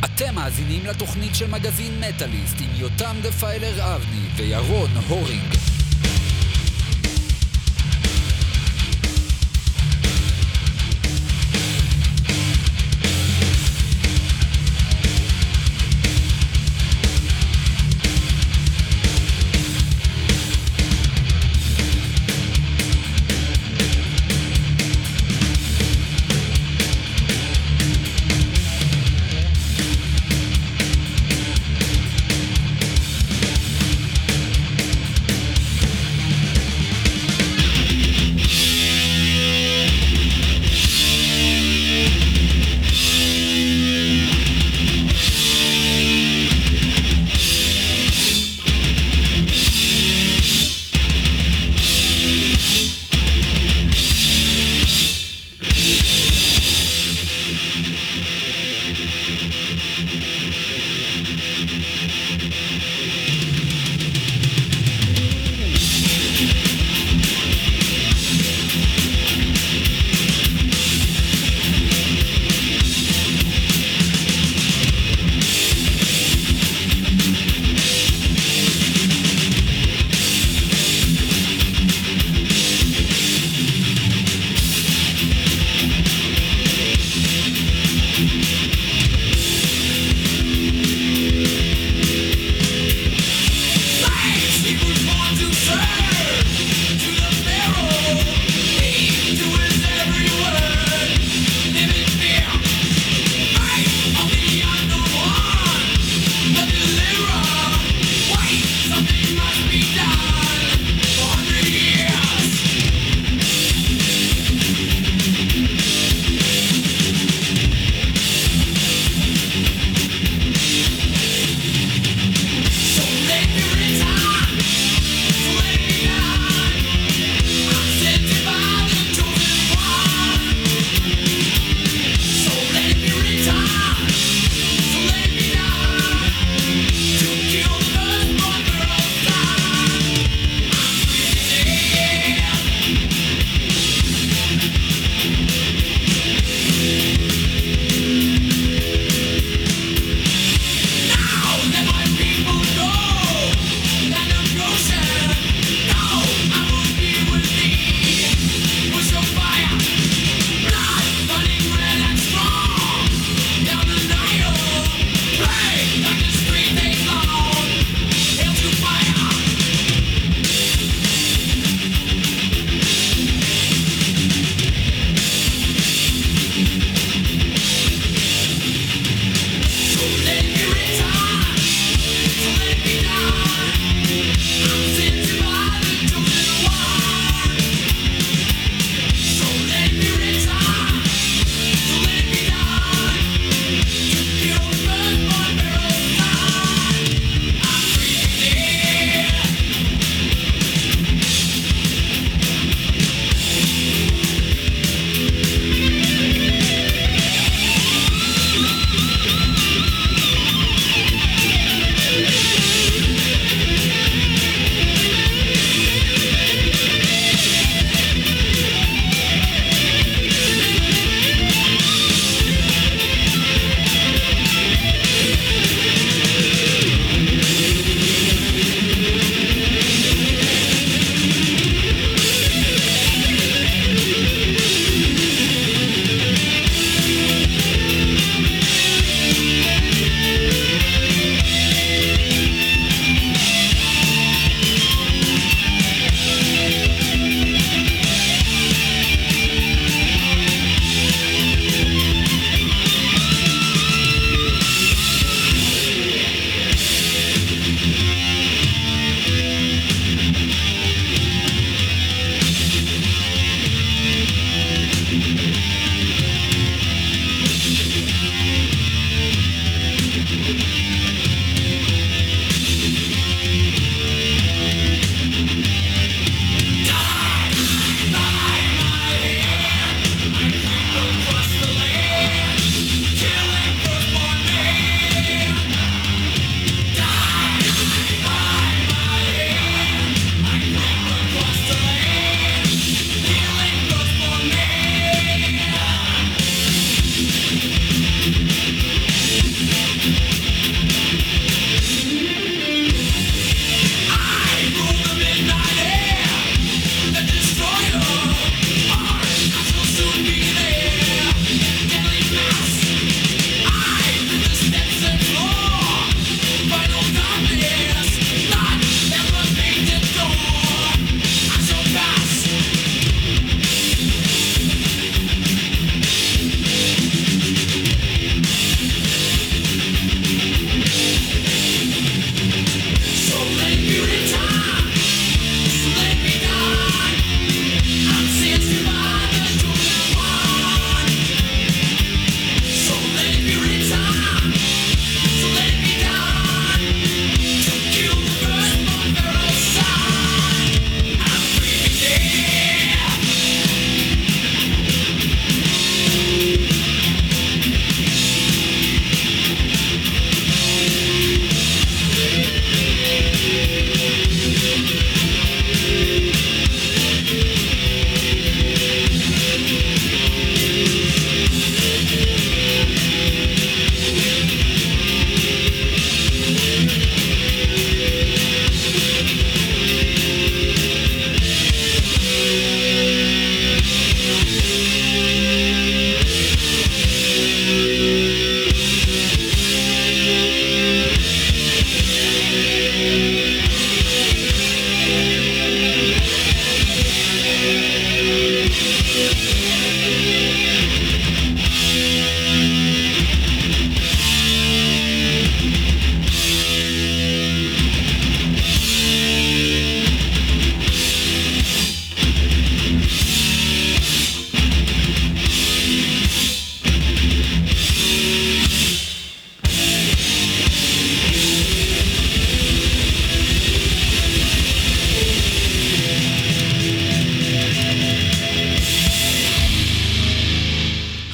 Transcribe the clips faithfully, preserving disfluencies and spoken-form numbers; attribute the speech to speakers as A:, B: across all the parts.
A: אתם מאזינים לתוכנית של מגזין מטאליסט עם יותם דפיילר אבני וירון הורינג.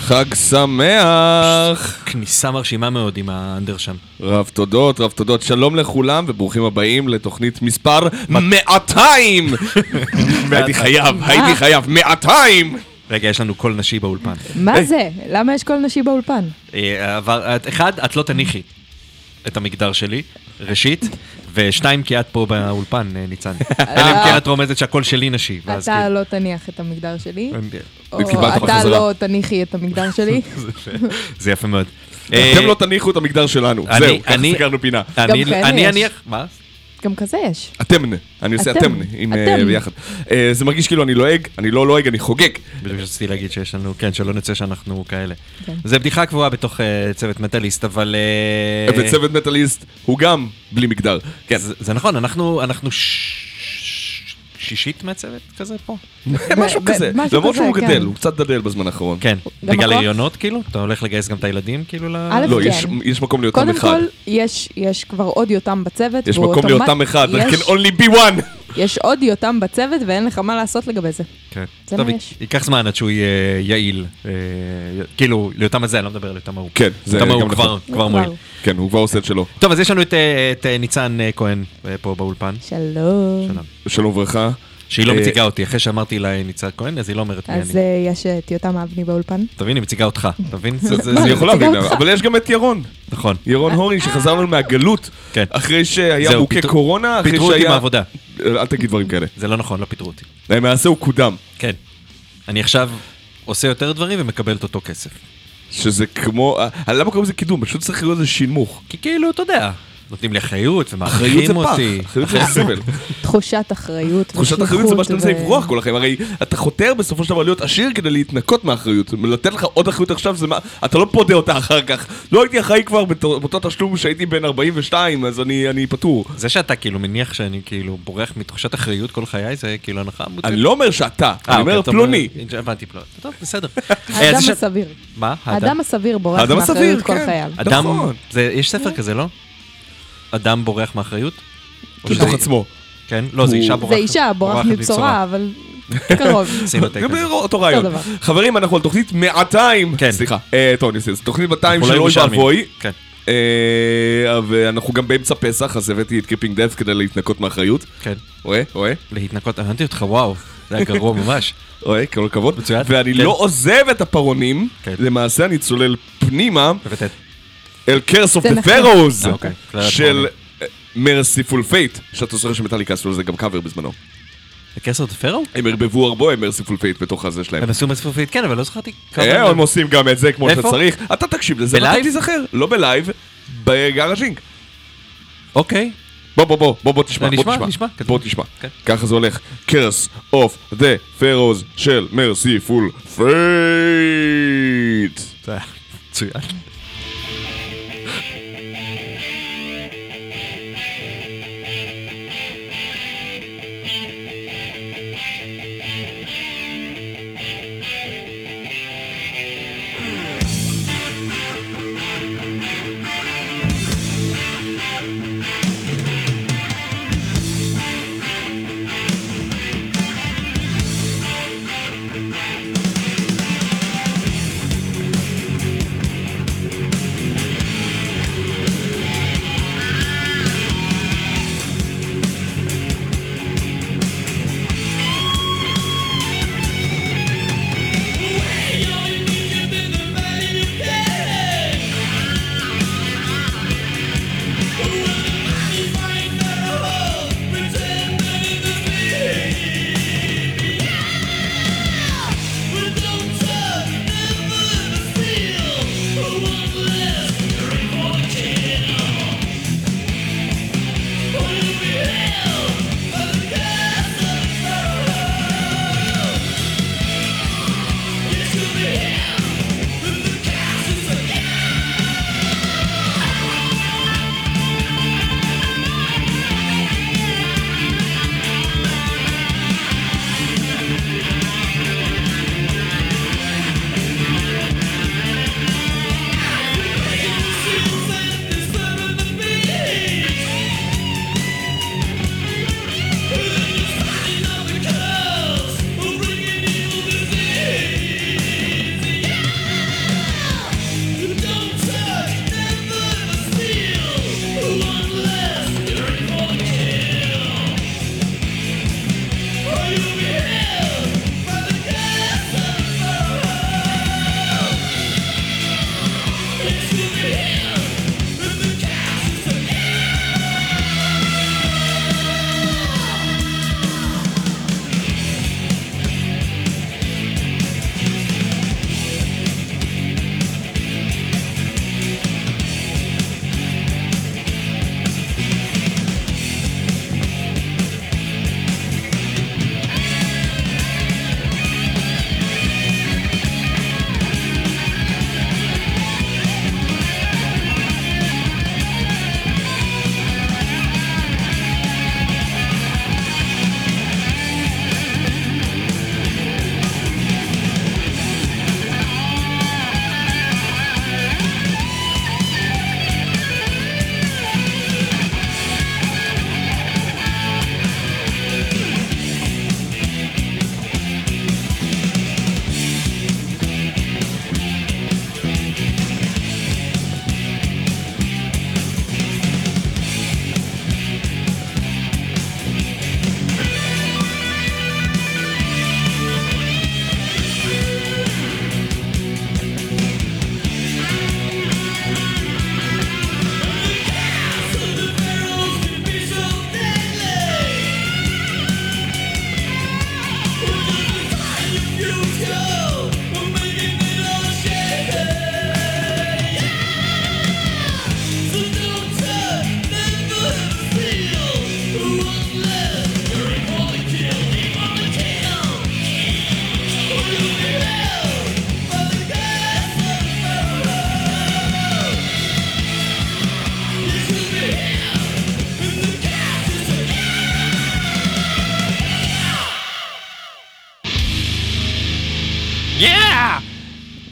B: חג שמח!
C: כניסה מרשימה מאוד עם האנדר שם.
B: רב תודות, רב תודות, שלום לכולם וברוכים הבאים לתוכנית מספר מאתיים! הייתי חייב, הייתי חייב, מאתיים!
C: רגע, יש לנו קול נשי באולפן.
D: מה זה? למה יש קול נשי באולפן?
C: אחד, את לא תניחי את המגדר שלי, ראשית, ושתיים, כי את פה באולפן, ניצן. אלא אם כן את רומזת שהקול שלי נשי.
D: אתה לא תניח את המגדר שלי, או
B: קיבלת
D: אתה
B: בחזרה.
D: לא תניחי את המגדר שלי.
C: זה יפה מאוד.
B: אתם לא תניחו את המגדר שלנו,
C: אני-
B: זהו, ככה
C: אני-
B: סגרנו פינה.
C: אני
D: כאלה
C: אני
D: יש.
C: אניח, מה?
D: גם כזה יש.
B: אתמנה, אני עושה
D: אתם.
B: אתמנה, עם,
D: אתם.
B: אה, ביחד. אה, זה מרגיש כאילו אני לועג, אני לא לועג, אני חוגג.
C: בדיוק שרציתי להגיד שיש לנו, כן, שלא נצא שאנחנו כאלה.
D: כן.
C: זה בדיחה קבועה בתוך אה, צוות מטאליסט, אבל... אה,
B: וצוות מטאליסט הוא גם בלי מגדר. כן.
C: זה זה נכון, אנחנו אנחנו ש- שישית מהצוות כזה פה.
B: משהו
D: ב-
B: כזה,
D: משהו
B: למרות
D: כזה,
B: שהוא
D: כן.
B: גדל, הוא קצת גדל בזמן האחרון.
C: כן,
D: גם
C: בגלל
D: הכוח?
C: הריונות כאילו? אתה הולך לגייס גם את הילדים כאילו ל...
D: א',
B: לא,
D: כן.
B: יש- יש מקום ליותם
D: קודם
B: אחד.
D: כל, יש יש כבר עוד יותם בצוות.
B: יש
D: והוא
B: מקום
D: אוטומט-
B: ליותם אחד, there
D: יש-
B: can only be one.
D: יש עוד יותם בצוות ואין לך מה לעשות לגבי זה.
C: כן.
D: זה
C: טוב,
D: מה
C: י-
D: יש.
C: ייקח זמן עד שהוא יהיה יעיל. אה, כאילו, ליותם הזה, אני לא מדבר על ליותם ההוא.
B: כן, זה
C: ליותם ההוא
B: גם
C: כבר-
B: נכון.
C: כבר מועיל.
B: כן, הוא כבר עושה את שלו.
C: טוב, אז יש לנו את, אה, את אה, ניצן אה, כהן אה, פה באולפן.
D: שלום.
C: שלום.
B: שלום וברכה.
C: שהיא לא
B: אה,
C: מציגה אותי, אחרי שאמרתי לה ניצן כהן, אז היא לא אומרת מי
D: אז
C: אני.
D: אה, יש את יותם אבני באולפן.
C: אתה מבין, היא מציגה אותך, אתה מבין? זה- זה-
B: אני
C: זה-
B: יכול
D: מציגה
B: להבין,
D: אותך.
B: אבל יש גם את ירון.
C: נכון.
B: ירון הורי שחזר לנו מהגלות.
C: כן.
B: אחרי שהיה
C: זהו,
B: מוכה
C: פיטרו-
B: קורונה, אחרי
C: פיטרו אותי
B: שהיה...
C: מהעבודה.
B: אל תגיד דברים כאלה.
C: זה לא נכון, לא פיטרו אותי.
B: למעשה הוא קודם.
C: כן. אני עכשיו עושה יותר דברים ומקבל את אותו כסף.
B: שזה כמו... אה, למה קוראים לזה קידום? פשוט צריך להיות איזה שינמוך.
C: כי כאילו, אתה יודע, נותנים לי אחריות
B: אחריות
C: ומעריכים
B: זה פח,
C: אותי.
B: אחריות זה סבל.
D: תחושת אחריות.
B: תחושת אחריות זה מה שאתה
D: ושליחות
B: מנסה
D: ו-
B: לברוח כל החיים, הרי אתה חותר בסופו של דבר להיות עשיר כדי להתנקות מאחריות, לתת לך עוד אחריות עכשיו, זה מה, אתה לא פודה אותה אחר כך, לא הייתי אחראי כבר בתור- באותו תשלום שהייתי בן ארבעים ושתיים, אז אני אני פטור.
C: זה שאתה כאילו מניח שאני כאילו בורח מתחושת אחריות כל חיי, זה כאילו הנחה מוצאת.
B: אני לא אומר שאתה,
C: אה,
B: אני אומר
C: אוקיי, אתה אומר-
B: פלוני.
C: הבנתי פלוני. טוב, בסדר. אה,
D: האדם
C: אז יש-
D: הסביר.
C: מה?
D: האדם הסביר בורח
B: האדם הסביר,
D: מאחריות כל
B: כן.
D: חייו.
C: אדם,
B: נכון.
C: זה- יש ספר כזה, לא? אדם בורח מאחריות? או
B: בתוך
C: שזה-
B: עצמו.
C: כן? לא, זה
B: הוא-
C: אישה בורחת.
D: זה אישה, בורח מבשורה, אבל קרוב.
C: עשינו את
B: זה
C: הכזה.
B: אותו רעיון.
D: דבר.
B: חברים, אנחנו על תוכנית מאתיים,
C: כן.
B: סליחה, אה, טוב, אני אעשה, תוכנית מאתיים
C: אנחנו
B: של
C: לא
B: אוי
C: ירושלמים.
B: ואבוי,
C: כן.
B: אה, ואנחנו גם באמצע פסח, אז הבאתי את קיפינג דף כדי להתנקות מאחריות.
C: כן.
B: רואה? רואה?
C: להתנקות, הבנתי אותך, וואו. זה היה גרוע ממש.
B: רואה? כל הכבוד.
C: מצוין.
B: ואני
C: כן.
B: לא עוזב את הפרונים,
C: כן.
B: למעשה אני צולל פנימה
C: הבאת את-
B: אל קרס אוף
D: זה
B: דה
D: נכון.
B: פרוס
C: אה, אוקיי. כלל
B: של
C: הפרונים.
B: מרסיפול פייט, שאתה זוכר שמטאליקה עשו לזה גם קאבר בזמנו.
C: לקסר דה פרו?
B: הם הרבבו הרבה מרסיפול פייט בתוך הזה שלהם.
C: הם עשו מספופית, כן, אבל לא זכרתי. כמה
B: אה,
C: הם-
B: הם עושים גם את זה כמו
C: איפה?
B: שצריך. אתה תקשיב לזה,
C: בלייב?
B: ואתה תיזכר. לא בלייב, בגאראז'ינג.
C: אוקיי.
B: בוא בוא בוא, בוא בוא תשמע, בוא
C: נשמע,
B: תשמע.
C: נשמע.
B: בוא תשמע.
C: כן.
B: ככה זה הולך. קרס אוף דה פרוס של מרסיפול פייט.
C: זה היה מצוין.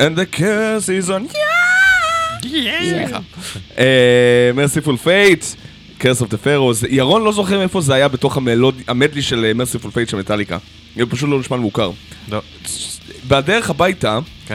B: And the curse is on... סליחה. Merciful Fate, Curse of the Pharaohs. ירון לא זוכר איפה זה היה בתוך המדלי של Merciful Fate של מטאליקה. זה פשוט לא נשמע מוכר.
C: לא.
B: בדרך הביתה,
C: כן.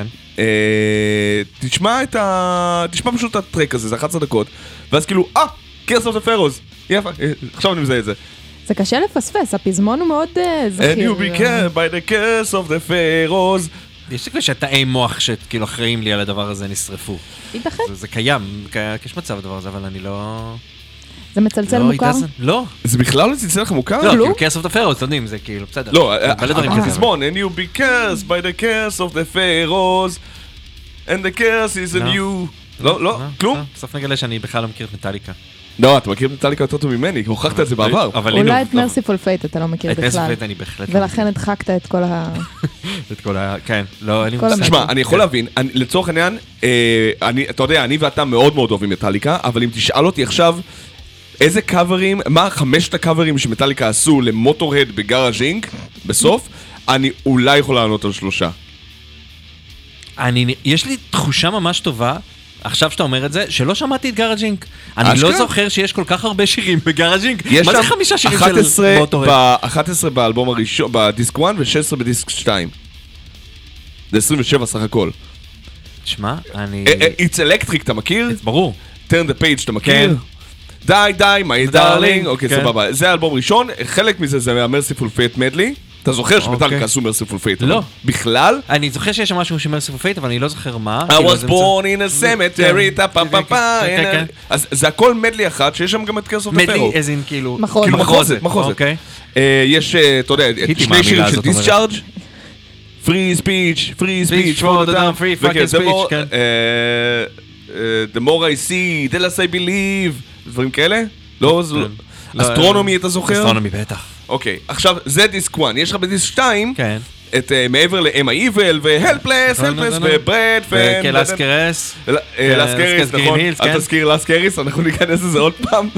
B: תשמע את ה... תשמע פשוט את הטרק הזה, זה אחת עשרה דקות, ואז כאילו, אה, Curse of the Pharaohs. יפה, עכשיו אני מזהה את זה.
D: זה קשה לפספס, הפזמון הוא מאוד זכיר.
B: And you be cared by the Curse of the Pharaohs.
C: יש לי שתאי מוח שכאילו אחראים לי על הדבר הזה נשרפו.
D: ייתכן.
C: זה, זה קיים, יש מצב הדבר הזה, אבל אני לא...
D: זה מצלצל
C: לא,
D: מוכר?
C: לא.
B: זה בכלל לא צלצל לך מוכר?
C: לא, כאילו Curse of the Pharaohs, אתם יודעים, זה כאילו, בסדר.
B: לא, הפזמון, and you be cursed by the curse of the Pharaohs, and the curse is on you. לא, לא, כלום?
C: בסוף נגלה שאני בכלל לא מכיר את מטאליקה.
B: לא, אתה מכיר את מטאליקה יותר טוב ממני, כי הוכחת את זה בעבר.
D: אולי את מרסיפול פייט אתה לא מכיר בכלל.
C: את מרסיפול פייט אני בהחלט.
D: ולכן הדחקת את כל ה...
C: את כל ה... כן, לא, אין לי
D: מושג.
B: תשמע, אני יכול להבין, לצורך העניין, אתה יודע, אני ואתה מאוד מאוד אוהבים מטאליקה, אבל אם תשאל אותי עכשיו, איזה קאברים, מה חמשת הקאברים שמטאליקה עשו למוטורד בגאראז' אינק, בסוף, אני אולי יכול לענות על שלושה.
C: אני, יש לי תחושה ממש טובה, עכשיו שאתה אומר את זה, שלא שמעתי את גאראז' אינק. אני לא זוכר שיש כל כך הרבה שירים בגאראז' אינק. מה זה חמישה שירים של מוטורד?
B: אחת עשרה באלבום הראשון, בדיסק אחת ו-שש עשרה בדיסק שתיים. זה עשרים ושבע סך הכל.
C: תשמע, אני...
B: It's Electric, אתה מכיר?
C: ברור.
B: Turn the Page, אתה מכיר? די, די, my darling. אוקיי, סבבה. זה האלבום ראשון, חלק מזה זה המרסיפול פייט מדלי. אתה זוכר שמטאליקה עשו מרסיפול פייט?
C: לא.
B: בכלל?
C: אני זוכר שיש שם משהו שמרסיפול פייט, אבל אני לא זוכר מה.
B: I was born in a cemetery, טה פה פה פה. אז זה הכל מדלי אחת, שיש שם גם את Curse of the Pharaohs.
C: מדלי איזה כאילו...
B: מחוזת, מחוזת. יש, אתה יודע, שני שירים של Discharge. Free speech, free speech for the dumb, free fucking speech, כן. The more I see, the less I believe, דברים כאלה? לא, אסטרונומי אתה זוכר?
C: אסטרונומי בטח.
B: אוקיי, עכשיו זה דיסק אחת, יש לך בדיסק שתיים,
C: כן.
B: את מעבר ל-Am I Evil ו-Helpless, Helpless ו-Bread
C: וכלאסקרס.
B: לאסקריס, נכון? אל תזכיר לאסקריס, אנחנו ניכנס לזה עוד פעם.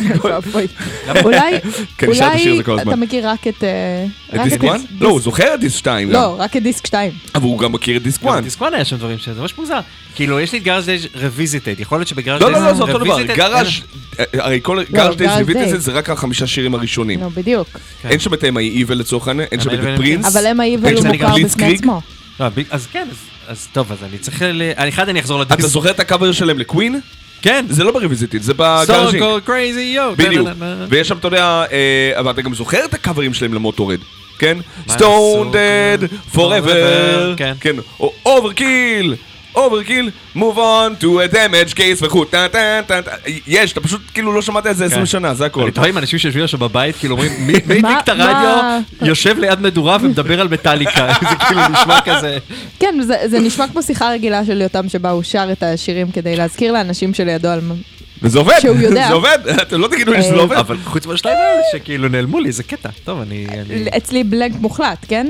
D: אולי אתה מכיר רק את...
B: את דיסק אחת? לא, הוא זוכר את דיסק שתיים.
D: לא, רק את דיסק שתיים.
B: אבל הוא גם מכיר את דיסק אחת.
C: דיסק אחת היה שם דברים שזה ממש מוזר. כאילו, יש לי את גאראז' דייז רוויזיטד, יכול להיות שבגאראז'
B: דייז... לא, לא, לא, זה אותו דבר. גאראז' הרי כל גאראז' דייז רוויזיטד זה רק החמישה שירים הראשונים.
D: לא, בדיוק.
B: אין שם את Am I Evil לצורך העניין, אין שם את פרינס.
D: אבל Am I Evil הוא מוכר בפני עצמו.
C: אז כן, אז טוב, אז אני צריך ל... אחד אני אחזור לדיסק.
B: אתה זוכר את הקאבר שלהם לקווין?
C: כן.
B: זה לא ברוויזיטד, זה בגאראז' אינק.
C: So go crazy yo.
B: בדיוק. ויש שם, אתה יודע, אבל אתה גם זוכר את הקאברים שלהם למוטורד. כן? Stone Dead Forever. כן. או Overkill. Overkill, move on to a damage case וכו', טה טה טה טה, יש, אתה פשוט כאילו לא שמעת את זה עשרים שנה, זה הכל.
C: אני טועה עם אנשים שיושבים עכשיו בבית, כאילו אומרים, מי הדליק את הרדיו, יושב ליד מדורה ומדבר על מטאליקה, זה כאילו נשמע כזה.
D: כן, זה נשמע כמו שיחה רגילה של יותם שבה הוא שר את השירים כדי להזכיר לאנשים שלידו על...
B: וזה עובד,
D: שהוא יודע.
B: זה עובד, אתם לא תגידו לי שזה לא עובד.
C: אבל חוץ מהשתיים האלה שכאילו נעלמו לי, זה קטע, טוב, אני...
D: אצלי בלנק מוחלט, כן?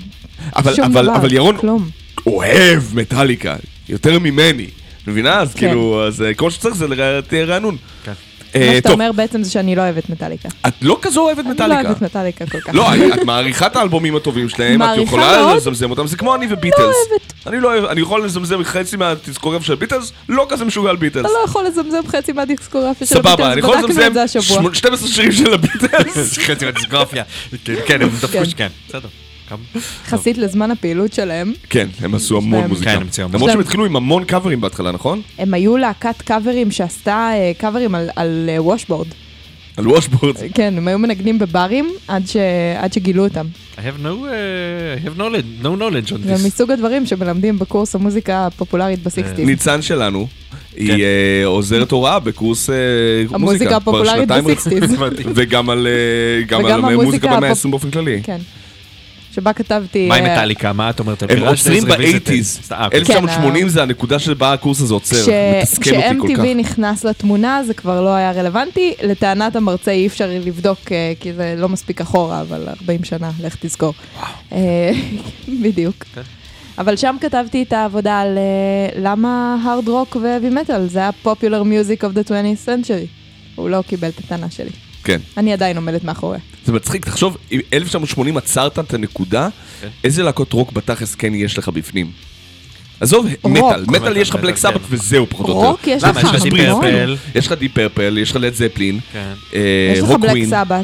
B: אבל ירון אוהב מטאליקה, יותר ממני, מבינה? אז כאילו, אז כל שצריך זה תהיה רענון.
D: מה שאתה אומר בעצם זה שאני לא אוהבת מטאליקה.
B: את לא כזו אוהבת מטאליקה.
D: אני לא אוהבת מטאליקה כל כך.
B: לא, את מעריכה את האלבומים הטובים שלהם, את יכולה לזמזם אותם, זה כמו אני וביטלס.
D: לא אוהבת.
B: אני לא אוהב, אני יכול לזמזם חצי מהדיסקוגרפיה של ביטלס, לא כזה משוגע על ביטלס.
D: אתה לא יכול לזמזם חצי מהדיסקוגרפיה של ביטלס,
B: סבבה, אני יכול לזמזם שתים עשרה שירים של הביטלס.
C: חצי מהדיסקוגרפיה. כן, הם דפוש, כן, בסדר.
D: חסית לזמן הפעילות שלהם.
B: כן, הם עשו המון מוזיקה. למרות שהם התחילו עם המון קאברים בהתחלה, נכון?
D: הם היו להקת קאברים שעשתה קאברים על וושבורד.
B: על וושבורד?
D: כן, הם היו מנגנים בברים עד שגילו אותם.
C: I have no, uh, I have knowledge, no knowledge on this.
D: זה מסוג הדברים שמלמדים בקורס המוזיקה הפופולרית בסיקסטיז.
B: ניצן שלנו, היא עוזרת הוראה בקורס
D: המוזיקה הפופולרית בסיקסטיז.
B: וגם על מוזיקה במאה ה-עשרים באופן כללי.
D: כן. שבה כתבתי...
C: מה עם מטאליקה? מה את אומרת?
B: הם עוצרים ב-שמונים. אלף תשע מאות שמונים זה הנקודה שבה הקורס הזה עוצר. מתסכל אותי כל כך.
D: כש-אם טי וי נכנס לתמונה זה כבר לא היה רלוונטי. לטענת המרצה אי אפשר לבדוק, כי זה לא מספיק אחורה, אבל ארבעים שנה, לך תזכור. בדיוק. אבל שם כתבתי את העבודה על למה הארד רוק והאבי מטל. זה היה popular music of the twentieth century. הוא לא קיבל את הטענה שלי.
B: כן.
D: אני עדיין עומדת מאחוריה.
B: זה מצחיק, תחשוב, אלף תשע מאות שמונים עצרת את הנקודה, איזה להקות רוק בתכלס כן יש לך בפנים? עזוב, מטל, מטל יש לך בלק סבת וזהו פחות או יותר.
D: רוק יש לך המון.
B: יש לך דיפ פרפל, יש לך לד זפלין.
D: יש לך בלק סבת.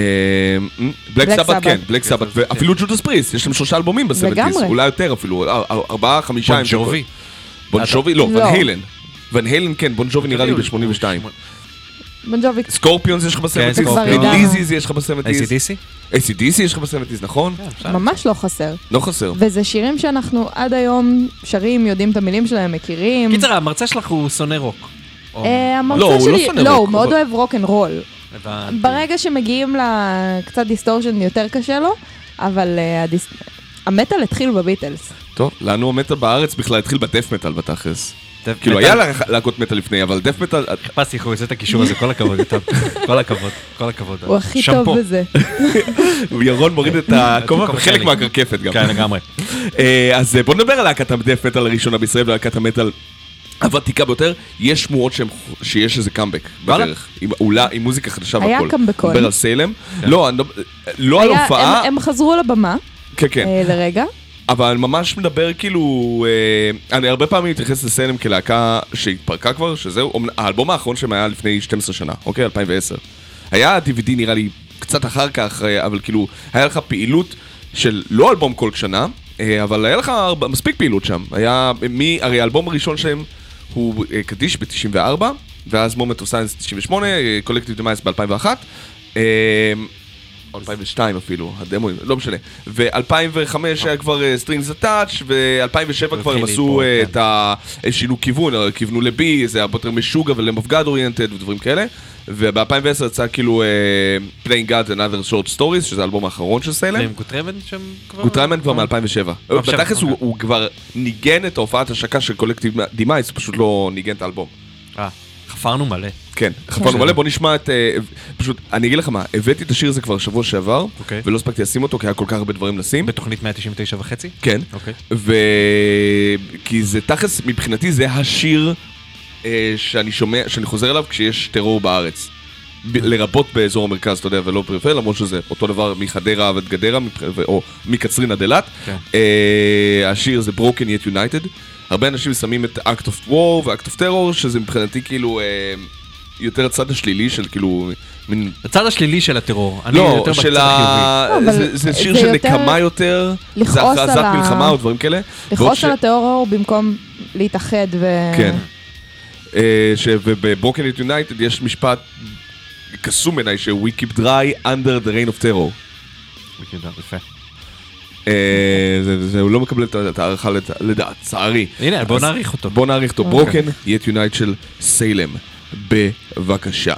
B: בלק סבת כן, בלק סבת, ואפילו ג'ודס פריסט, יש להם שלושה אלבומים בסבנטיז, אולי יותר אפילו, ארבעה, חמישה.
C: בון ג'ובי?
B: בון ג'ובי? לא, ון הילן. ון הילן כן, בון ג'ובי נראה לי ב-שמונים ושתיים.
D: בון ג'ובי.
B: סקורפיונס יש לך בסבנטיז, ליזיז יש לך בסבנטיז. איי סי די סי? איי סי די סי יש לך בסבנטיז, נכון?
D: ממש לא חסר.
B: לא חסר.
D: וזה שירים שאנחנו עד היום שרים, יודעים את המילים שלהם, מכירים.
C: קיצר, המרצה שלך הוא שונא רוק.
D: המרצה שלי, לא, הוא מאוד אוהב רוק אנד רול. ברגע שמגיעים לקצת דיסטורשן יותר קשה לו, אבל המטל התחיל בביטלס.
B: טוב, לנו המטל בארץ בכלל התחיל בדף מטל בתכלס. כאילו היה להקות מטל לפני, אבל דף מטל...
C: חיפשתי, הוא יוצא את הקישור הזה, כל הכבוד, כל הכבוד, כל הכבוד.
D: הוא הכי טוב בזה.
B: ירון מוריד את הכובע וחלק מהקרקפת גם.
C: כן, לגמרי.
B: אז בוא נדבר על להקת הדף מטל הראשונה בישראל, ולהקת המטל הוותיקה ביותר. יש שמועות שיש איזה קאמבק בדרך, עם מוזיקה חדשה והכל.
D: היה קאמבקון.
B: נדבר על סיילם. לא, לא על הופעה.
D: הם חזרו לבמה, לרגע.
B: אבל אני ממש מדבר כאילו, אני הרבה פעמים מתייחס לסיילם כלהקה שהתפרקה כבר, שזהו, האלבום האחרון שהם היה לפני שתים עשרה שנה, אוקיי, אלפיים ועשר. היה די וי די נראה לי קצת אחר כך, אבל כאילו, היה לך פעילות של לא אלבום כל שנה, אבל היה לך מספיק פעילות שם. היה, מי, הרי האלבום הראשון שלהם הוא קדיש ב-תשעים וארבע, ואז מומנט אוף סיינס תשעים ושמונה, קולקטיב דמייס ב-אלפיים ואחת, אלפיים ושתיים אפילו, הדמוים, לא משנה. ו-אלפיים וחמש היה כבר סטרינגס אטאץ', ו-אלפיים ושבע כבר הם עשו את ה... שינו כיוון, כיוונו לבי, זה היה יותר משוגע ולמפגד אוריינטד ודברים כאלה. וב-אלפיים ועשר יצא כאילו Playing God and Other Short Stories, שזה האלבום האחרון של סיילם.
C: ועם גוטריימן שם כבר?
B: גוטריימן כבר מ-אלפיים ושבע. בתכלס הוא כבר ניגן את ההופעת השקה של קולקטיב דימייס, פשוט לא ניגן את האלבום.
C: אה, חפרנו מלא.
B: כן, חפרנו מלא, בוא נשמע את... פשוט, אני אגיד לך מה, הבאתי את השיר הזה כבר שבוע שעבר, ולא הספקתי לשים אותו, כי היה כל כך הרבה דברים לשים.
C: בתוכנית מאה תשעים ותשע וחצי?
B: כן. ו... כי זה תכלס, מבחינתי זה השיר שאני שומע, שאני חוזר אליו כשיש טרור בארץ. לרבות באזור המרכז, אתה יודע, ולא פריפריה, למרות שזה אותו דבר מחדרה ועד גדרה, או מקצרין עד אילת. השיר זה Broken Yet United. הרבה אנשים שמים את Act of War ו-Act of Terror, שזה מבחינתי כאילו יותר הצד השלילי של כאילו...
C: הצד השלילי של הטרור.
B: לא, של ה... זה שיר של נקמה יותר, זה הכרזת מלחמה או דברים כאלה.
D: לכעוס על הטרור במקום להתאחד ו...
B: כן. ובברוקן יט יונייטד יש משפט קסום בעיניי, ש-We keep dry under the rain of terror.
C: We keep dry, יפה.
B: הוא לא מקבל את הערכה לדעת, צערי.
C: הנה, בוא נעריך אותו.
B: בוא נעריך אותו. ברוקן יט יונייטד של סיילם. בבקשה.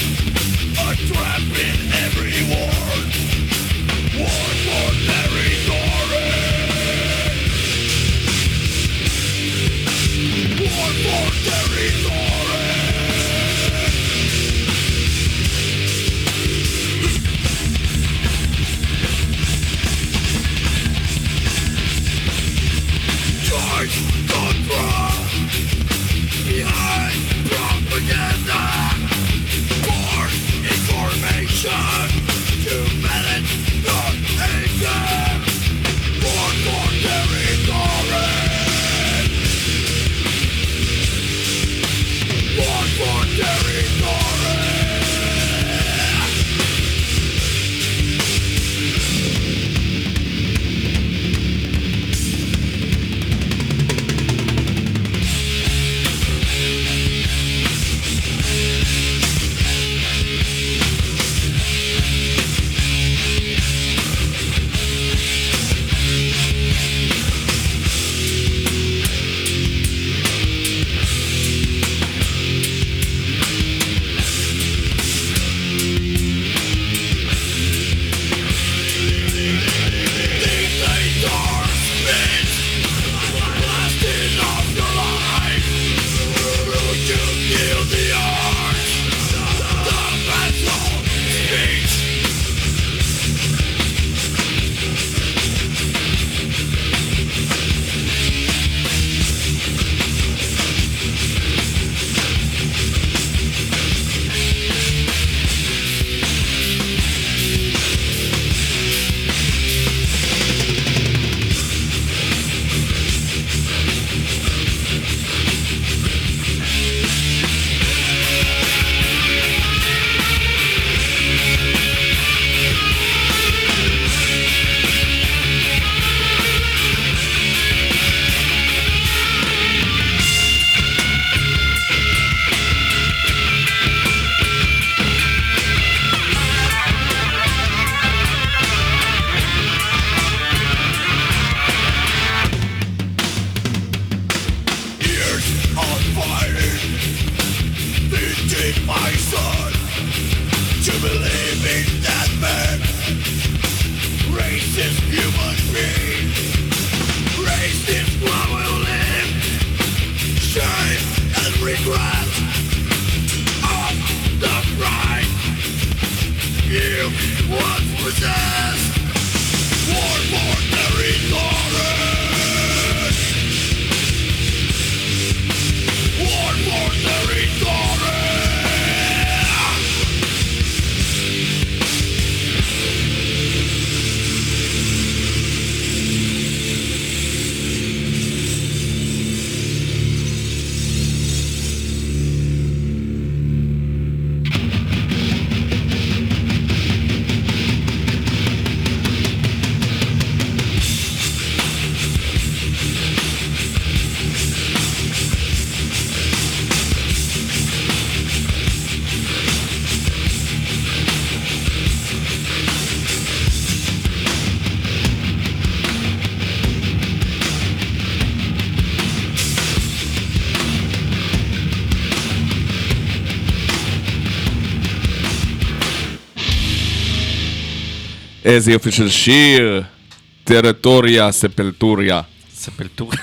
B: איזה יופי של שיר, טריטוריה, ספלטוריה.
C: ספלטוריה?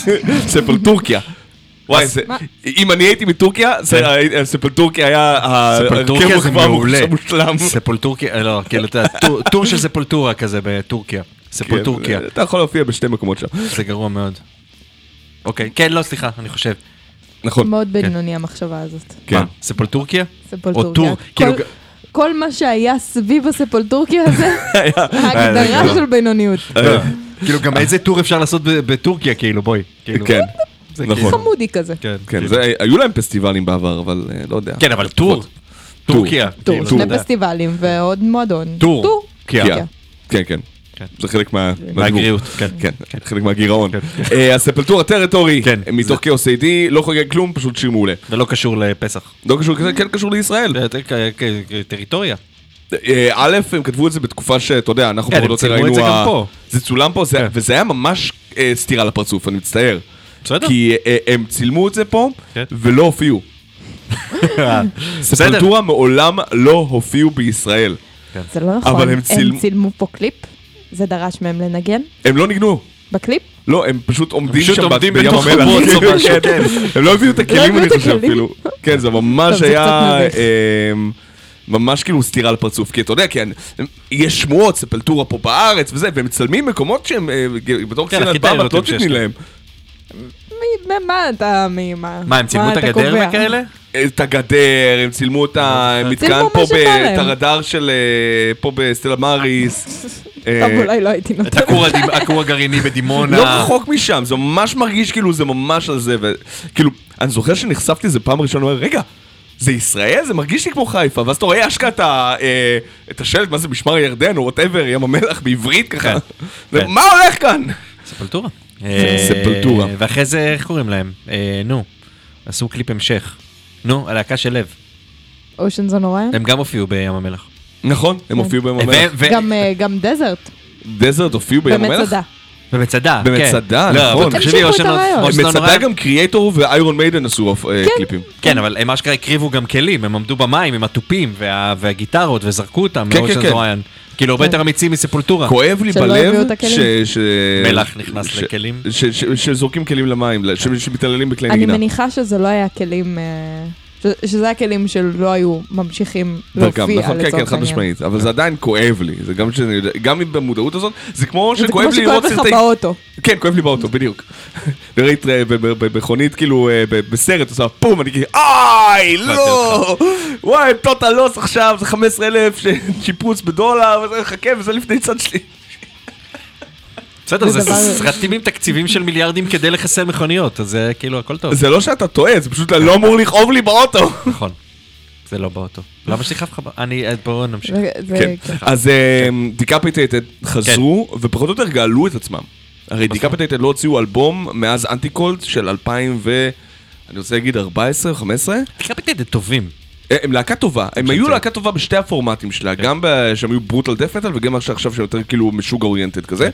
B: ספלטורקיה. וואי, אם אני הייתי מטורקיה, ספלטורקיה היה
C: ספלטורקיה זה מעולה. ספלטורקיה, לא, כאילו, טור של ספלטורה כזה בטורקיה. ספלטורקיה.
B: אתה יכול להופיע בשתי מקומות שם.
C: זה גרוע מאוד. אוקיי, כן, לא, סליחה, אני חושב.
B: נכון.
D: מאוד בינוני המחשבה הזאת.
C: כן. ספלטורקיה?
D: ספלטורקיה. כל מה שהיה סביב הספלטורקיה הזה, ההגדרה של בינוניות.
C: כאילו, גם איזה טור אפשר לעשות בטורקיה, כאילו, בואי.
B: כן. נכון.
D: חמודי כזה.
B: כן, היו להם פסטיבלים בעבר, אבל לא יודע.
C: כן, אבל טור. טורקיה.
D: טור, שני פסטיבלים ועוד מועדון.
C: טור.
B: כן, כן. זה חלק
C: מהגריעות.
B: כן, חלק מהגירעון. הספלטורה טריטורי, מתוך כאוס איי די, לא חוגג כלום, פשוט שיר מעולה.
C: ולא קשור לפסח.
B: לא קשור, כן קשור לישראל.
C: טריטוריה.
B: א', הם כתבו את זה בתקופה שאתה יודע, אנחנו פרודות ראינו... זה צולם פה, וזה היה ממש סתירה לפרצוף, אני מצטער. כי הם צילמו את זה פה, ולא הופיעו. ספלטורה מעולם לא הופיעו בישראל.
D: זה לא נכון, הם צילמו פה קליפ? זה דרש מהם לנגן?
B: הם לא ניגנו.
D: בקליפ?
B: לא, הם פשוט עומדים שם בים המלח. הם לא הביאו את הכלים, אני חושב אפילו. כן, זה ממש היה... ממש כאילו סתירה לפרצוף, כי אתה יודע, כי יש שמועות, ספלטורה פה בארץ וזה, והם מצלמים מקומות שהם, בתור קצינת במה, את לא תתני להם.
D: מה אתה,
C: מה, הם צילמו את הגדר וכאלה?
B: את הגדר, הם צילמו את המתקן פה, את הרדאר של, פה בסטלה מאריס.
D: טוב, אולי לא הייתי נותן.
C: את הכור הגרעיני בדימונה.
B: לא רחוק משם, זה ממש מרגיש כאילו זה ממש על זה, וכאילו, אני זוכר שנחשפתי לזה פעם ראשונה, רגע, זה ישראל? זה מרגיש לי כמו חיפה, ואז אתה רואה אשכרה את השלט, מה זה משמר הירדן, או whatever, ים המלח בעברית ככה. מה הולך כאן?
C: ספלטורה.
B: ספלטורה.
C: ואחרי זה, איך קוראים להם? נו, עשו קליפ המשך. נו, הלהקה של לב.
D: אושנס און אוריון?
C: הם גם הופיעו בים המלח.
B: נכון, הם הופיעו בים המלח.
D: גם דזרט.
B: דזרט הופיעו בים המלח?
D: במצדה.
C: במצדה,
B: כן. במצדה, נכון. במצדה גם קריאטור ואיירון מיידן עשו קליפים.
C: כן, אבל הם אשכרה הקריבו גם כלים, הם עמדו במים עם הטופים והגיטרות וזרקו אותם מאושנס און אוריון. כאילו הרבה יותר אמיצים מספולטורה.
B: כואב לי בלב
C: מלח נכנס לכלים.
B: שזורקים כלים למים, שמתעללים בכלי נגינה.
D: אני מניחה שזה לא היה כלים... שזה היה כלים שלא היו ממשיכים להופיע לצורך העניין.
B: כן, כן, חד משמעית, אבל זה עדיין כואב לי, זה גם שאני יודע, גם במודעות הזאת, זה כמו שכואב לי לראות סרטי...
D: זה כמו שכואב לך באוטו.
B: כן, כואב לי באוטו, בדיוק. וראית במכונית, כאילו, בסרט, עושה פום, אני כאילו, איי, לא! וואי, טוטל לוס עכשיו, זה חמישה עשר אלף שיפוץ בדולר, וזה חכה, וזה לפני צד שלי.
C: בסדר, זה סרטים עם תקציבים של מיליארדים כדי לחסל מכוניות, אז זה כאילו הכל טוב.
B: זה לא שאתה טועה, זה פשוט לא אמור לכאוב לי באוטו.
C: נכון, זה לא באוטו. למה שתכאב לך? אני, בואו נמשיך.
B: אז דיקפיטייטד חזרו, ופחות או יותר גאלו את עצמם. הרי דיקפיטייטד לא הוציאו אלבום מאז אנטיקולט של אלפיים ו... אני רוצה להגיד ארבע עשרה או חמש עשרה?
C: דיקפיטייטד טובים.
B: הם להקה טובה, הם היו להקה טובה בשתי הפורמטים שלה, גם שהם היו ברוטל דף מטל וגם עכשיו שהם יותר כאילו משוגע אוריינטד כזה.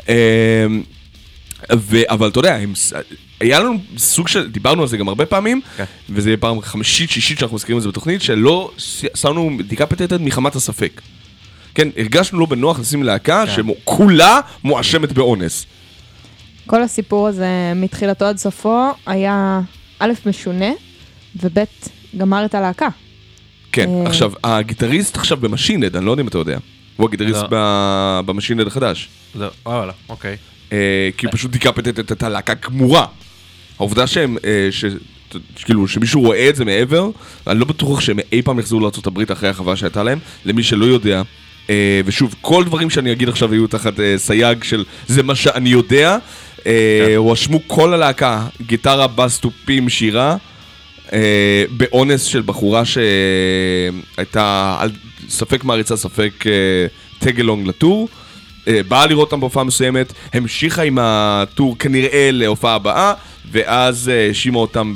B: אבל אתה יודע, היה לנו סוג של, דיברנו על זה גם הרבה פעמים, וזה יהיה פעם חמישית, שישית שאנחנו מזכירים את זה בתוכנית, שלא שמנו דיקפיטייטד מחמת הספק. כן, הרגשנו לא בנוח לשים להקה שכולה מואשמת באונס.
D: כל הסיפור הזה מתחילתו עד סופו היה א' משונה וב' גמר את הלהקה.
B: כן, עכשיו, הגיטריסט עכשיו במשינד, אני לא יודע אם אתה יודע. הוא הגיטריסט במשינד החדש.
C: לא, וואלה, אוקיי.
B: כי הוא פשוט דיקפיטייטד את הלהקה גמורה. העובדה שהם, כאילו, שמישהו רואה את זה מעבר, אני לא בטוח שהם אי פעם יחזרו לארצות הברית אחרי החווה שהייתה להם, למי שלא יודע. ושוב, כל דברים שאני אגיד עכשיו היו תחת סייג של זה מה שאני יודע. הואשמו כל הלהקה, גיטרה, בס, טופים, שירה. באונס של בחורה שהייתה ספק מעריצה, ספק טגלונג לטור, באה לראות אותם בהופעה מסוימת, המשיכה עם הטור כנראה להופעה הבאה, ואז האשימה אותם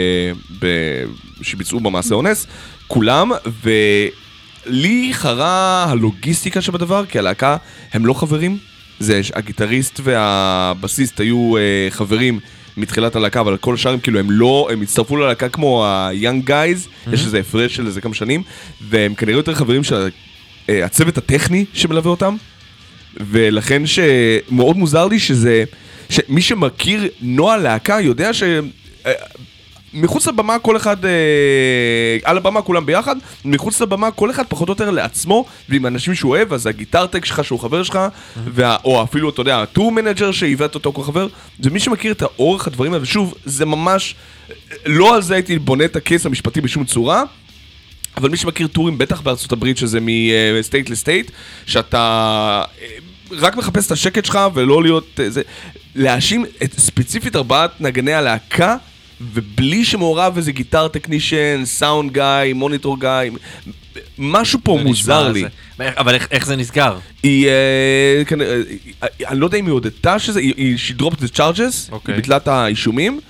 B: שביצעו במעשה אונס, כולם, ולי חרה הלוגיסטיקה שבדבר, כי הלהקה הם לא חברים, זה הגיטריסט והבסיסט היו חברים מתחילת הלהקה, אבל כל השאר הם כאילו הם לא, הם הצטרפו ללהקה כמו ה-young guys, mm-hmm. יש איזה הפרש של איזה כמה שנים, והם כנראה יותר חברים של הצוות הטכני שמלווה אותם, ולכן שמאוד מוזר לי שזה, שמי שמכיר נועה להקה יודע ש... מחוץ לבמה כל אחד, על הבמה כולם ביחד, מחוץ לבמה כל אחד פחות או יותר לעצמו, ועם אנשים שהוא אוהב, אז הגיטרטק שלך שהוא חבר שלך, או אפילו, אתה יודע, הטור מנג'ר שהיווית אותו כל חבר, זה מי שמכיר את האורך הדברים האלה, ושוב, זה ממש, לא על זה הייתי בונה את הקייס המשפטי בשום צורה, אבל מי שמכיר טורים, בטח בארצות הברית, שזה מסטייט לסטייט, שאתה רק מחפש את השקט שלך, ולא להיות, זה, להאשים את ספציפית ארבעת נגני הלהקה, ובלי שמעורב איזה גיטר טכנישן, סאונד גאי, מוניטור גאי, משהו פה מוזר לי.
C: אבל איך זה נסגר?
B: היא, אני לא יודע אם היא הודתה שזה, היא she dropped the charges, היא ביטלה את האישומים,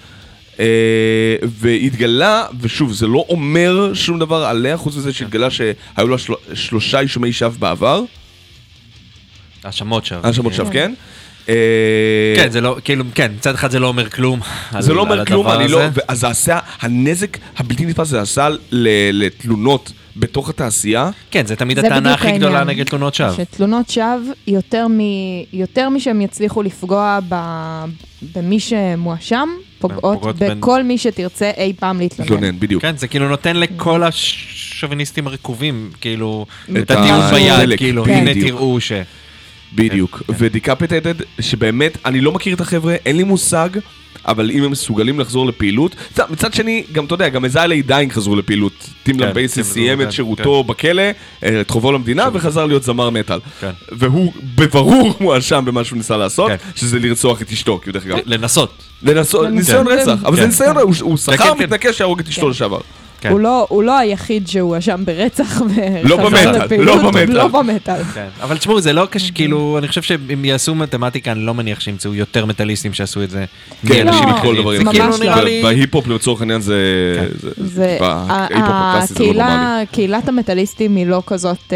B: והתגלה, ושוב, זה לא אומר שום דבר עליה, חוץ מזה שהתגלה שהיו לה שלושה אישומי שווא בעבר.
C: האשמות שווא.
B: האשמות שווא, כן.
C: כן, זה לא, כאילו, כן, מצד אחד זה לא אומר כלום.
B: זה לא אומר כלום, אני לא, אז זה עשה, הנזק הבלתי נתפס, זה עשה לתלונות בתוך התעשייה.
C: כן, זה תמיד הטענה הכי גדולה נגד תלונות שווא.
D: שתלונות שווא, יותר משהם יצליחו לפגוע במי שמואשם, פוגעות בכל מי שתרצה אי פעם להתלונן.
B: בדיוק.
C: כן, זה כאילו נותן לכל השוביניסטים הרקובים, כאילו, את הדיון ביד, כאילו, הנה תראו ש...
B: בדיוק, ודיקפיטייטד, שבאמת, אני לא מכיר את החבר'ה, אין לי מושג, אבל אם הם מסוגלים לחזור לפעילות, מצד שני, גם אתה יודע, גם אזיילי דיינג חזרו לפעילות, טים למבייסי סיים את שירותו בכלא, את חובו למדינה, וחזר להיות זמר מטל. והוא בברור מואשם במה שהוא ניסה לעשות, שזה לרצוח את אשתו, כי דרך אגב.
C: לנסות.
B: לנסות, ניסיון רצח, אבל זה ניסיון, הוא שכר מתנקש שיהרוג את אשתו לשעבר.
D: הוא לא, הוא לא היחיד שהוא אשם ברצח
B: לא במטל, לא במטל.
D: לא במטל.
C: אבל תשמעו, זה לא קשה, כאילו, אני חושב שאם יעשו מתמטיקה, אני לא מניח שימצאו יותר מטליסטים שעשו את זה.
B: כן, אנשים מכל דברים. בהיפ-הופ לצורך העניין זה...
D: קהילת המטליסטים היא לא כזאת,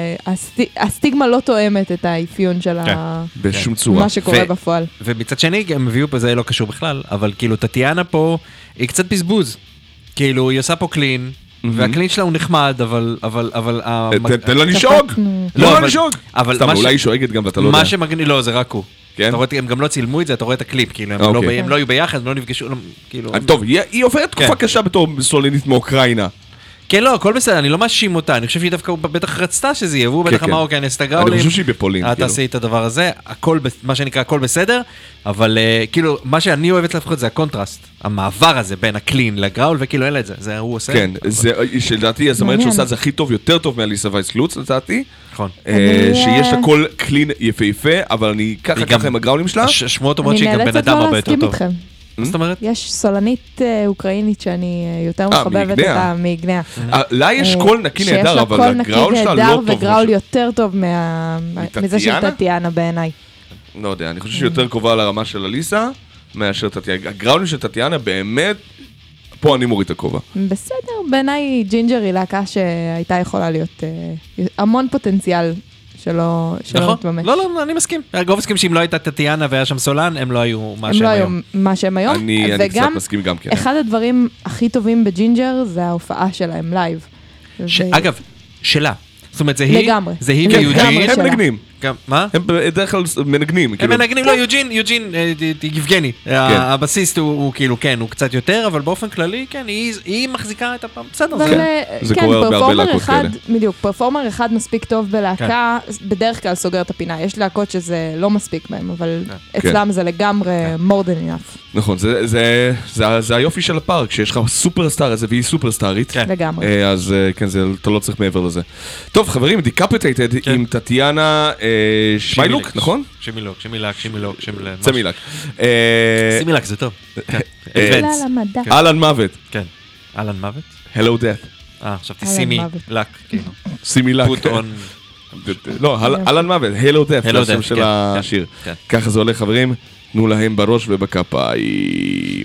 D: הסטיגמה לא תואמת את האפיון של
B: בשום צורה.
D: מה שקורה בפועל.
C: ומצד שני, הם הביאו פה, זה לא קשור בכלל, אבל כאילו, טטיאנה פה, היא קצת בזבוז. כאילו, היא עושה פה קלין, והקלין שלה הוא נחמד, אבל... אבל
B: תן לה לשאוג! לא לה לשאוג! סתם, אולי היא שואגת גם, ואתה לא יודע.
C: מה שמגניב, לא, זה רק הוא. הם גם לא צילמו את זה, אתה רואה את הקליפ, כאילו, הם לא היו ביחד, הם לא נפגשו, כאילו...
B: טוב, היא עוברת תקופה קשה בתור סולנית מאוקראינה.
C: כן, לא, הכל בסדר, אני לא מאשים אותה, אני חושב שהיא דווקא בטח רצתה שזה יהיה, והוא בטח אמר, אוקיי, אני אסתגראולים.
B: אני חושב שהיא בפולין,
C: כאילו. אתה עשי את הדבר הזה, הכל, מה שנקרא, הכל בסדר, אבל כאילו, מה שאני אוהבת לפחות זה הקונטרסט, המעבר הזה בין הקלין לגראול, וכאילו אין לה את זה, זה הוא עושה.
B: כן, שלדעתי, הזמרת שעושה את זה הכי טוב, יותר טוב מאליסה וייס-קלוץ, לדעתי.
C: נכון.
B: שיש לה כל קלין יפהפה, אבל אני ככה ככה עם הגראולים שלה.
C: השמועות אומרות שהיא גם בן אדם הרבה יותר טוב.
D: זאת אומרת? יש סולנית אוקראינית שאני יותר מחבבת אותה מגניה.
B: לה יש קול נקי נהדר, אבל הגראול שלה לא טוב.
D: וגראול יותר טוב מזה של טטיאנה בעיניי.
B: לא יודע, אני חושב שהיא יותר קרובה לרמה של אליסה מאשר טטיאנה. הגראולים של טטיאנה באמת, פה אני מוריד את הכובע.
D: בסדר, בעיניי ג'ינג'ר היא להקה שהייתה יכולה להיות המון פוטנציאל. שלא מתממש.
C: לא, לא, אני מסכים. הרוב מסכים שאם לא הייתה טטיאנה והיה שם סולן, הם לא היו מה שהם היום.
D: הם לא היו מה שהם היום.
B: אני קצת מסכים גם כן.
D: אחד הדברים הכי טובים בג'ינג'ר זה ההופעה שלהם לייב.
C: אגב, שלה. זאת אומרת, זה היא,
D: לגמרי.
C: זה היא ויוג'ין.
B: הם מנגנים.
C: מה?
B: הם בדרך כלל מנגנים.
C: הם מנגנים, לא, יוג'ין, יוג'ין, יבגני. הבסיסט הוא כאילו, כן, הוא קצת יותר, אבל באופן כללי, כן, היא מחזיקה את הפעם. בסדר,
B: זה קורה הרבה הרבה להקות כאלה.
D: בדיוק, פרפורמר אחד מספיק טוב בלהקה, בדרך כלל סוגר את הפינה. יש להקות שזה לא מספיק מהם, אבל אצלם זה לגמרי more than enough.
B: נכון, זה היופי של הפארק, שיש לך סופרסטאר הזה, והיא סופרסטארית.
D: לגמרי.
B: אז כן, אתה לא צריך מעבר לזה. טוב, חברים, דיקפיטייטד עם טטיאנה שמילוק, נכון?
C: שמילוק, שמילק, שמילוק, שמילק.
B: שמילק.
C: שמילק זה טוב.
B: אלן מוות.
C: כן. אלן מוות?
B: Hello Death.
C: אה, חשבתי סימי לק.
B: סימי לק. לא, אלן מוות, Hello Death, זה השם של השיר. ככה זה הולך, חברים. תנו להם בראש ובכפיים.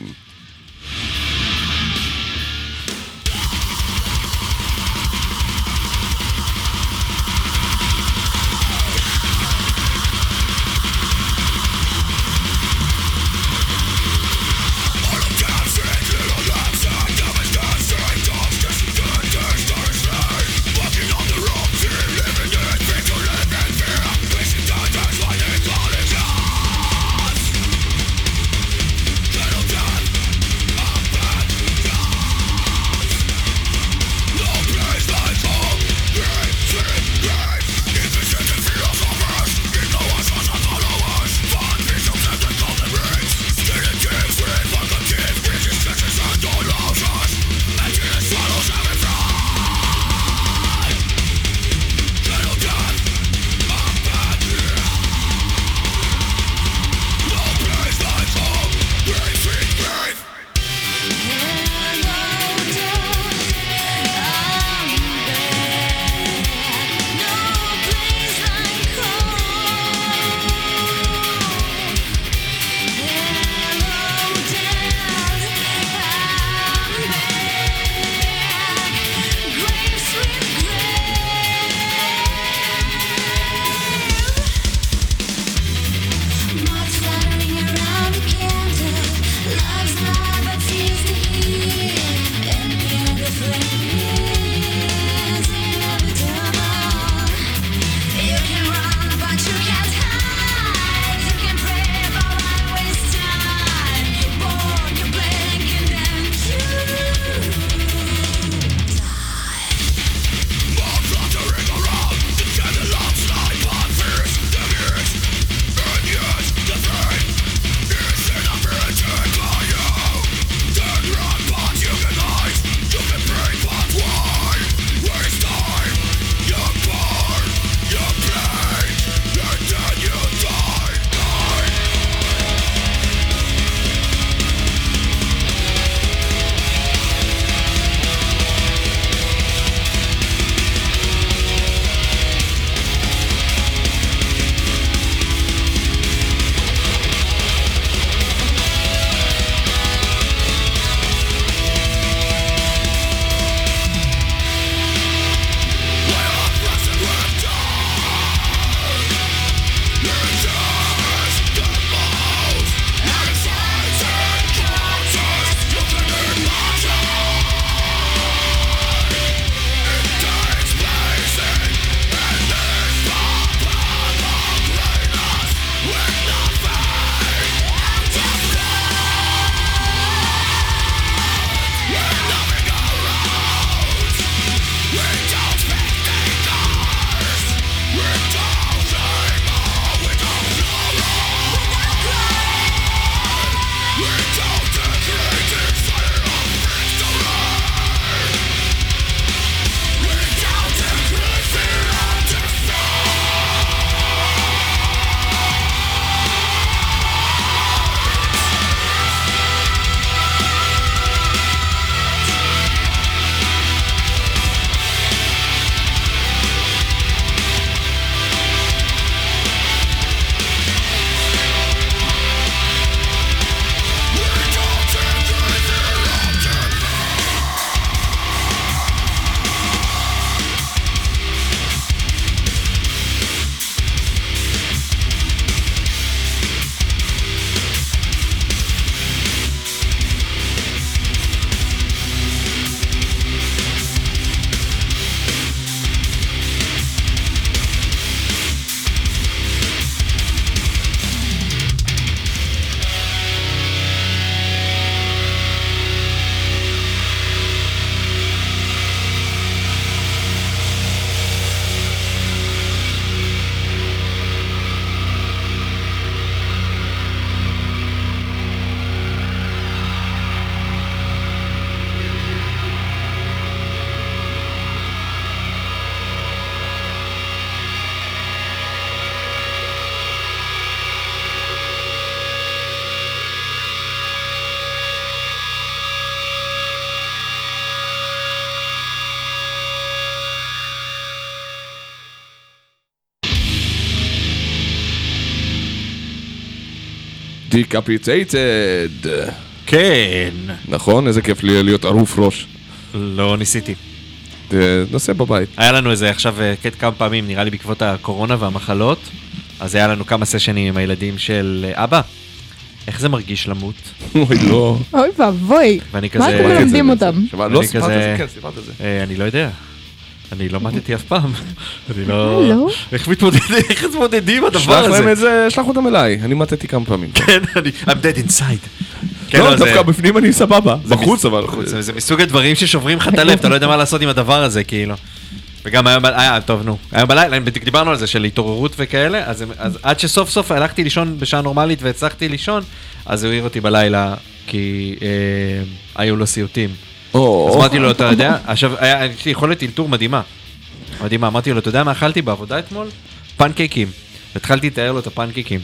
B: Decapitated.
C: כן.
B: נכון? איזה כיף להיות ערוף ראש.
C: לא ניסיתי.
B: נושא בבית.
C: היה לנו איזה עכשיו קט כמה פעמים, נראה לי בעקבות הקורונה והמחלות, אז היה לנו כמה סשנים עם הילדים של אבא. איך זה מרגיש למות?
B: אוי, לא.
D: אוי ואבוי. מה אתם מלמדים אותם?
B: לא, סיפרת את זה, כן, סיפרת את זה.
C: אני לא יודע. אני לא מתתי אף פעם. אני לא... איך מתמודדים הדבר הזה?
B: שלח להם את זה, שלח אותם אליי. אני מתתי כמה פעמים.
C: כן, אני... I'm dead inside.
B: לא, דווקא בפנים אני סבבה. בחוץ אבל.
C: זה מסוג הדברים ששוברים לך את הלב, אתה לא יודע מה לעשות עם הדבר הזה, כאילו. וגם היום בלילה, טוב נו, היום בלילה, דיברנו על זה של התעוררות וכאלה, אז עד שסוף סוף הלכתי לישון בשעה נורמלית והצלחתי לישון, אז הוא העיר אותי בלילה, כי היו לו סיוטים. אז אמרתי לו, אתה יודע, עכשיו, יש לי יכולת אלתור מדהימה. מדהימה, אמרתי לו, אתה יודע מה אכלתי בעבודה אתמול? פנקייקים. התחלתי לתאר לו את הפנקייקים.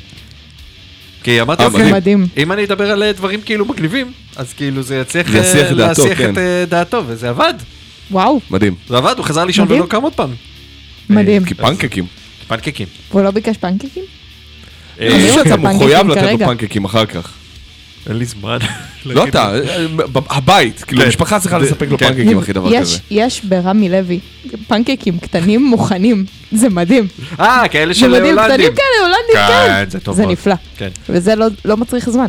C: כי אמרתי, אם אני אדבר על דברים כאילו מגניבים, אז כאילו זה יצליח להסיח את דעתו, וזה עבד.
D: וואו.
B: מדהים.
C: זה עבד, הוא חזר לישון ולא קם עוד פעם.
D: מדהים.
B: כי פנקקים.
C: פנקקים.
D: הוא לא ביקש פנקקים?
B: אני חושב שאתה מחויב לתת לו פנקקים אחר כך.
C: אין לי זמן.
B: לא אתה, הבית, כאילו משפחה צריכה לספק לו פנקקים אחי דבר כזה.
D: יש ברמי לוי פנקקים קטנים מוכנים, זה מדהים.
C: אה, כאלה של
D: הולנדים.
C: הולנדים.
D: קטנים כאלה, הולנדים, כן. זה נפלא. וזה לא מצריך זמן.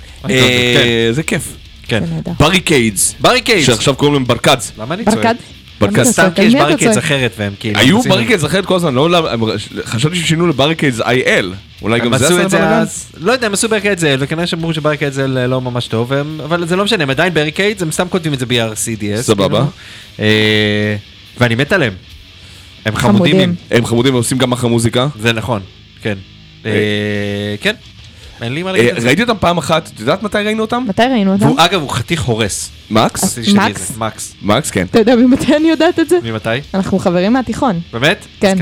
B: זה כיף.
C: כן.
B: בריקיידס.
C: בריקיידס.
B: שעכשיו קוראים להם ברקדס.
C: למה אני צועק?
D: ברקד?
B: ברקדס.
C: סתם כי יש בריקיידס אחרת והם כאילו...
B: היו בריקיידס אחרת כל הזמן, חשבתי ששינו לבריקיידס איי אל. אולי גם זה עשה לבלגן?
C: לא יודע, הם עשו בריקיידס אל, וכנראה שאמרו שבריקיידס אל לא ממש טוב, אבל זה לא משנה, הם עדיין בריקיידס, הם סתם כותבים את זה ב-אר סי די אס.
B: סבבה.
C: ואני מת עליהם. הם חמודים.
B: הם חמודים, הם עושים גם אחרי מוזיקה.
C: זה נכון, כן. כן.
B: ראיתי אותם פעם אחת, את יודעת מתי ראינו אותם?
D: מתי ראינו אותם?
C: אגב, הוא חתיך הורס.
B: מקס?
D: מקס?
C: מקס.
B: מקס, כן.
D: אתה יודע ממתי אני יודעת את זה?
C: ממתי?
D: אנחנו חברים מהתיכון.
C: באמת?
D: כן.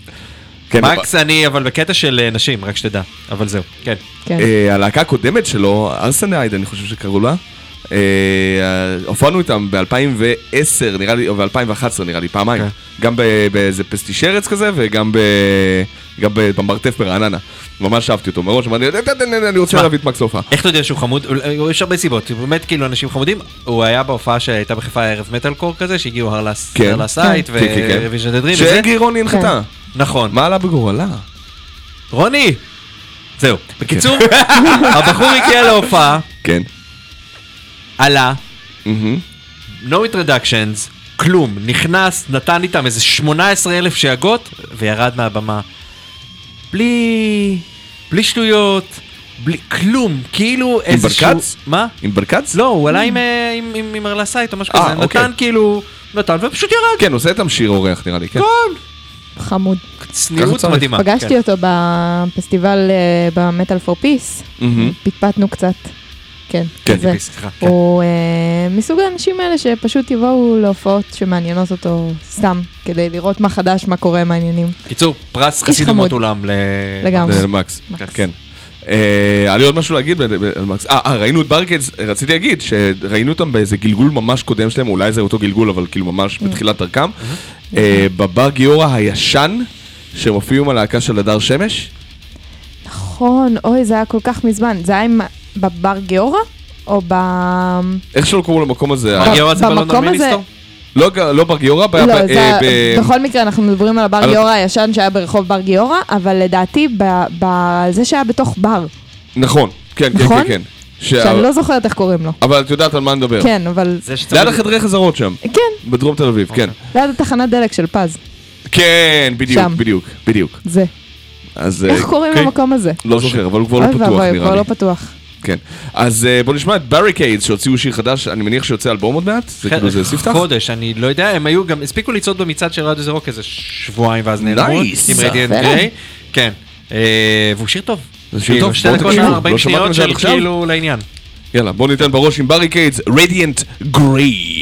C: מקס אני, אבל בקטע של נשים, רק שתדע. אבל זהו, כן.
B: הלהקה הקודמת שלו, ארסנייד, אני חושב שקראו לה, הופענו איתם ב-אלפיים ועשר, נראה לי, או ב-אלפיים ואחת עשרה נראה לי, פעמיים. גם באיזה פסטישרץ כזה, וגם במרתף ברעננה. ממש אהבתי אותו מראש, אמרתי, אני רוצה להביא את מקס להופעה.
C: איך אתה יודע שהוא חמוד? יש הרבה סיבות, באמת כאילו אנשים חמודים, הוא היה בהופעה שהייתה בחיפה ערב מטל קור כזה, שהגיעו הרלסייט ורוויז'ן דדרים וזה.
B: שאגי רוני הנחתה.
C: נכון.
B: מה עלה בגורלה?
C: רוני! זהו. בקיצור, הבחור הגיע להופעה.
B: כן.
C: עלה. No introductions, כלום. נכנס, נתן איתם איזה שמונה עשרה אלף שאגות, וירד מהבמה. בלי... בלי שטויות, בלי כלום, כאילו איזשהו...
B: עם ברקץ?
C: מה?
B: עם ברקץ?
C: לא, הוא עלה עם הרלסייט או משהו כזה, נתן כאילו... נתן ופשוט ירד.
B: כן, עושה איתם שיר אורח נראה לי, כן.
D: חמוד.
C: צניעות מדהימה.
D: פגשתי אותו בפסטיבל במטל פור פיס, פטפטנו קצת. כן, זה. הוא מסוג האנשים האלה שפשוט יבואו להופעות שמעניינות אותו סתם, כדי לראות מה חדש, מה קורה, מה העניינים.
C: קיצור, פרס חסידות עולם
B: למקס. כן. היה לי עוד משהו להגיד על מקס. אה, ראינו את ברקיידס, רציתי להגיד שראינו אותם באיזה גלגול ממש קודם שלהם, אולי זה אותו גלגול, אבל כאילו ממש בתחילת דרכם. בבר גיורא הישן, שהם הופיעו עם הלהקה של הדר שמש.
D: נכון, אוי, זה היה כל כך מזמן. זה היה עם... בבר גיורא? או ב...
B: איך שלא קראו למקום הזה?
C: בר גיורא זה בלונדון מיניסטור?
B: לא בר גיורא,
D: בכל מקרה אנחנו מדברים על הבר גיורא הישן שהיה ברחוב בר גיורא, אבל לדעתי בזה שהיה בתוך בר.
B: נכון, כן, כן, כן.
D: שאני לא זוכרת איך קוראים לו.
B: אבל את יודעת על מה נדבר.
D: כן, אבל...
B: ליד החדרי חזרות שם.
D: כן.
B: בדרום תל אביב, כן.
D: ליד התחנת דלק של פז.
B: כן, בדיוק, בדיוק, בדיוק.
D: זה. איך קוראים למקום הזה?
B: לא זוכר, אבל הוא כבר לא פתוח נראה לי.
D: כבר לא פתוח.
B: כן, אז בוא נשמע את בריקיידס שהוציאו שיר חדש, אני מניח שיוצא אלבום עוד מעט, זה כאילו זה ספתח?
C: חודש, אני לא יודע, הם היו גם, הספיקו לצעוד במצעד של רדיו זרוק איזה שבועיים ואז נעלמו, עם רדיאנט גריי, כן, והוא שיר טוב,
B: זה שיר טוב,
C: שתי דקות ארבעים שניות של כאילו לעניין.
B: יאללה, בוא ניתן בראש עם בריקיידס, רדיאנט גריי.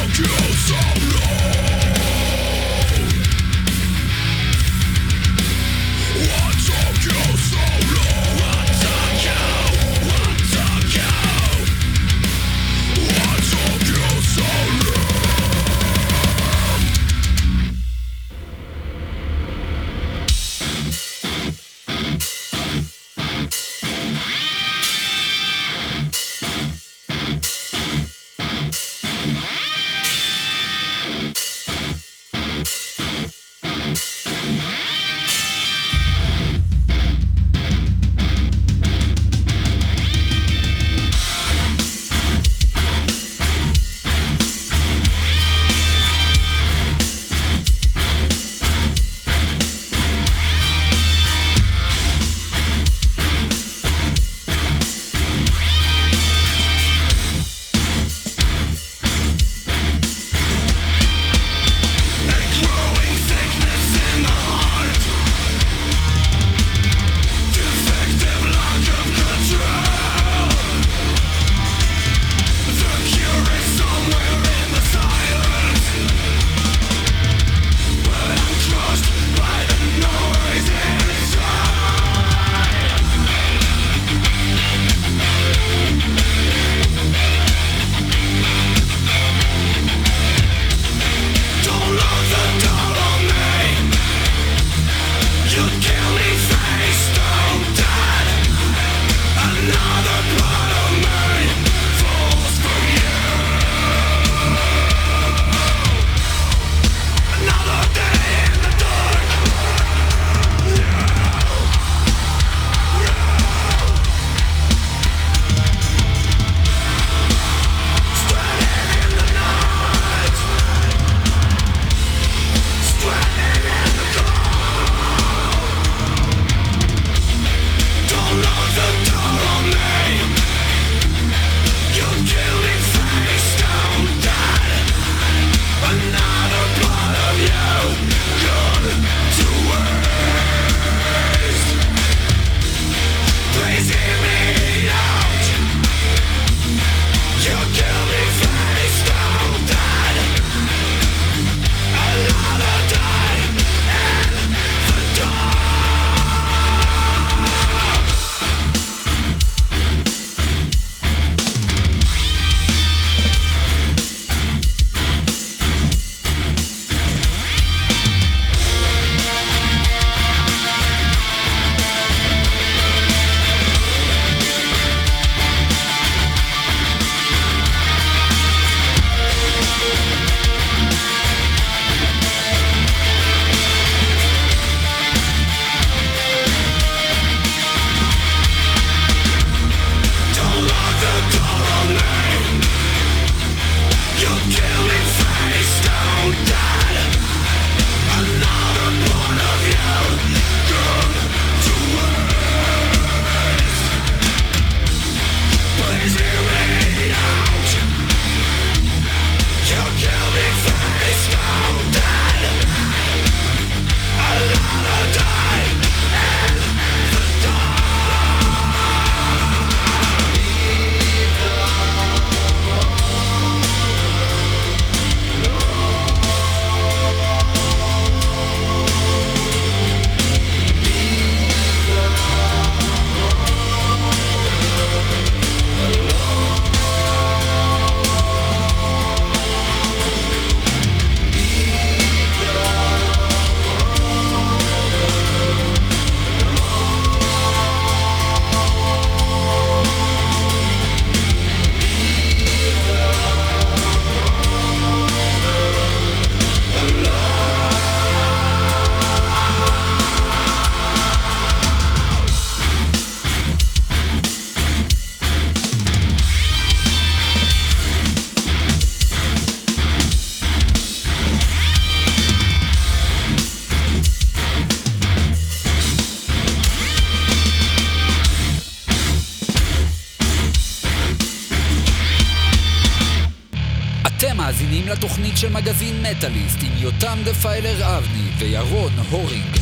A: מאזינים לתוכנית של מגזין מטאליסט עם יותם דפיילר אבני וירון הורינג.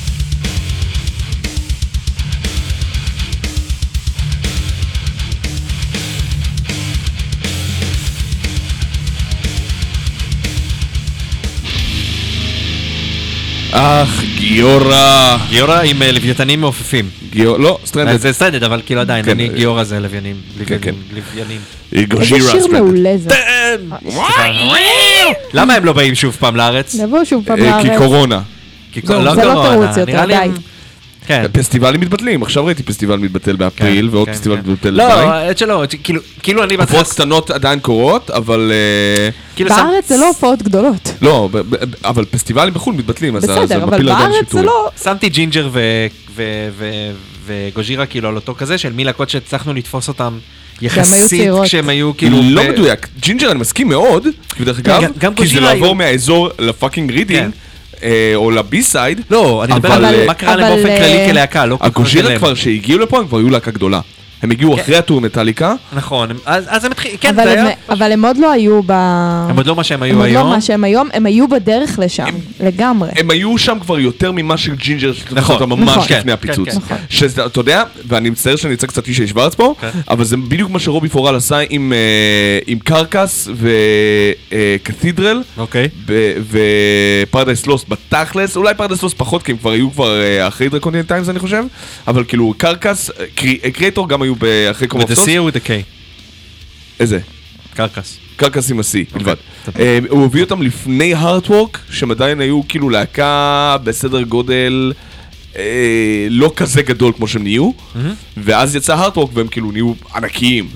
B: אך, גיורא.
C: גיורא עם לוויתנים מעופפים.
B: לא, סטרנדד.
C: זה סטרנדד, אבל כאילו עדיין, אני גיורא זה לוויינים. לוויינים.
D: איזה שיר מעולה זה.
C: למה הם לא באים שוב פעם לארץ?
D: נבואו שוב פעם לארץ.
B: כי קורונה.
D: זה לא תירוץ יותר, די.
B: פסטיבלים מתבטלים, עכשיו ראיתי פסטיבל מתבטל באפריל, ועוד פסטיבל מתבטל
C: במאי. לא, את שלא, כאילו אני...
B: הופעות קטנות עדיין קורות, אבל...
D: בארץ זה לא הופעות גדולות.
B: לא, אבל פסטיבלים בחו"ל מתבטלים, אז
D: בסדר, אבל בארץ זה לא...
C: שמתי ג'ינג'ר וגוז'ירה כאילו על אותו כזה, של מי להקות שהצלחנו לתפוס אותם יחסית כשהם היו כאילו...
B: לא מדויק, ג'ינג'ר אני מסכים מאוד, בדרך אגב, כי זה לעבור מהאזור לפאקינג רידינג, או לבי-סייד.
C: לא, אני מדבר על מה קרה להם באופן כללי כלהקה, לא כל כך
B: הגוז'ירה כבר שהגיעו לפה, הם כבר היו להקה גדולה. הם הגיעו אחרי הטור מטאליקה.
C: נכון, אז הם התחילו, כן, זה היה...
D: אבל הם עוד לא היו ב...
C: הם עוד לא מה שהם היו
D: היום.
C: הם עוד
D: לא מה שהם היום, הם היו בדרך לשם, לגמרי.
B: הם היו שם כבר יותר ממה שג'ינג'ר שתפס אותם ממש לפני הפיצוץ. שאתה יודע, ואני מצטער שאני אצא קצת איש שוורץ פה, אבל זה בדיוק מה שרובי פורל עשה עם קרקס וקתידרל ופרדייס לוסט בתכלס, אולי פרדייס לוסט פחות, כי הם כבר היו כבר אחרי דרקוניאן טיימס אני חושב, אבל כאילו קרקס, קריאטור גם היו אחרי קום אופסוס.
C: with the C או with the K?
B: איזה?
C: קרקס.
B: קרקס עם ה-C, בלבד. הוא הביא אותם לפני הארטוורק, שהם עדיין היו כאילו להקה בסדר גודל לא כזה גדול כמו שהם נהיו, ואז יצא הארטוורק והם כאילו נהיו ענקיים.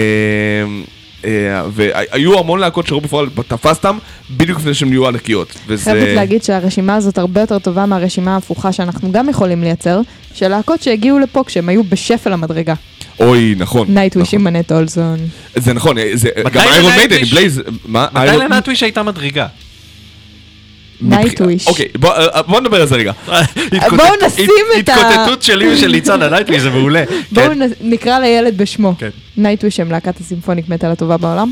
B: והיו המון להקות שרובי פורל תפסתם בדיוק לפני שהם נהיו ענקיות.
D: חייבת להגיד שהרשימה הזאת הרבה יותר טובה מהרשימה ההפוכה שאנחנו גם יכולים לייצר, של להקות שהגיעו לפה כשהם היו בשפל המדרגה.
B: אוי, נכון.
D: נייטוויש עם מנט אולסון.
B: זה נכון, גם איירון מיידן עם בלייז.
C: מתי לנייטוויש הייתה מדרגה?
D: נייטוויש.
B: אוקיי, בוא נדבר על זה רגע.
D: בואו נשים את ה...
C: התקוטטות שלי ושל ניצן הנייטוויש, זה מעולה.
D: בואו נקרא לילד בשמו. נייטוויש הם להקת הסימפוניק מטל הטובה בעולם.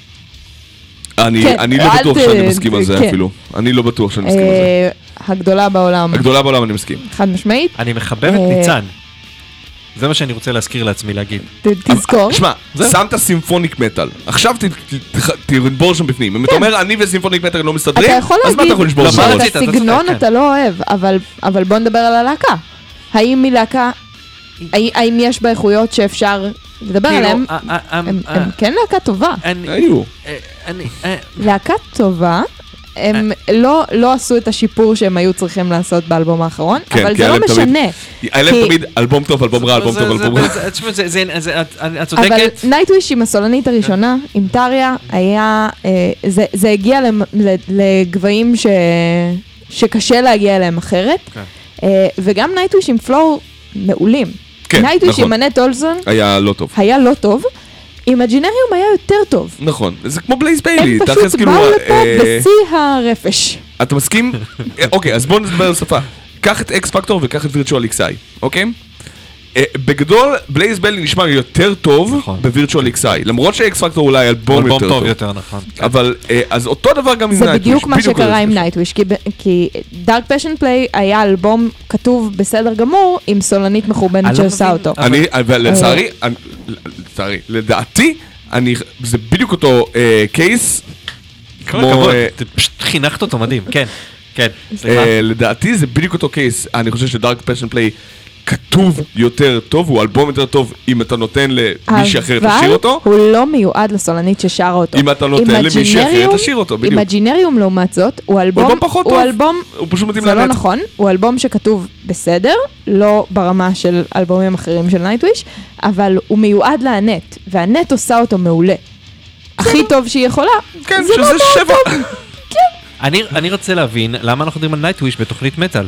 B: אני לא בטוח שאני מסכים על זה אפילו. אני לא בטוח שאני מסכים על זה.
D: הגדולה בעולם.
B: הגדולה בעולם אני מסכים.
D: חד משמעית.
C: אני מחבב את ניצן. זה מה שאני רוצה להזכיר לעצמי להגיד.
D: תזכור.
B: שמע, שמת סימפוניק מטל. עכשיו תנבור שם בפנים. אם אתה אומר, אני וסימפוניק מטל לא מסתדרים, אז מה אתה יכול לשבור שם?
D: את הסגנון אתה לא אוהב, אבל בוא נדבר על הלהקה. האם מלהקה, האם יש בה איכויות שאפשר לדבר עליהם? הם כן להקה טובה.
B: היו.
D: להקה טובה. הם לא, לא עשו את השיפור שהם היו צריכים לעשות באלבום האחרון, אבל זה לא משנה.
B: היה להם תמיד אלבום טוב, אלבום רע, אלבום טוב, אלבום רע.
C: את צודקת.
D: אבל נייטוויש עם הסולנית הראשונה, עם טריה, היה, זה הגיע לגבהים שקשה להגיע אליהם אחרת, וגם נייטוויש עם פלור מעולים. נייטוויש עם מנט אולסון,
B: היה לא טוב.
D: היה לא טוב. עם הג'ינריום היה יותר טוב.
B: נכון, זה כמו בלייז ביילי.
D: הם פשוט באו לפה בשיא הרפש.
B: אתה מסכים? אוקיי, אז בואו נדבר על שפה. קח את אקס פקטור וקח את וירטואל אקס איי, אוקיי? בגדול, בלייז ביילי נשמע יותר טוב בווירטואל אקס איי, למרות שאקס פקטור אולי אלבום יותר טוב.
C: יותר, נכון.
B: אבל, אז אותו דבר גם עם
D: זה
B: נייטוויש.
D: בדיוק מה שקרה עם נייטוויש, כי דארק פשן פליי היה אלבום כתוב בסדר גמור, עם סולנית מחורבנת שעושה אותו.
B: אני, ולצערי, לצערי, לדעתי, זה בדיוק אותו קייס,
C: כמו... פשוט חינכת אותו מדהים, כן, כן.
B: לדעתי זה בדיוק אותו קייס, אני חושב שדארק פשן פליי כתוב יותר טוב, הוא אלבום יותר טוב אם אתה נותן למישהי אחרת לשיר אותו.
D: אבל הוא לא מיועד לסולנית ששרה אותו.
B: אם אתה נותן למישהי אחרת לשיר אותו, בדיוק.
D: עם הג'ינריום לעומת זאת, הוא אלבום...
B: הוא אלבום פחות טוב. הוא פשוט מתאים
D: לנט. זה לא נכון, הוא אלבום שכתוב בסדר, לא ברמה של אלבומים אחרים של נייטוויש, אבל הוא מיועד לנט, והנט עושה אותו מעולה. הכי טוב שהיא יכולה.
B: כן, שזה שבע.
D: כן.
C: אני רוצה להבין למה אנחנו מדברים על נייטוויש בתוכנית מטל.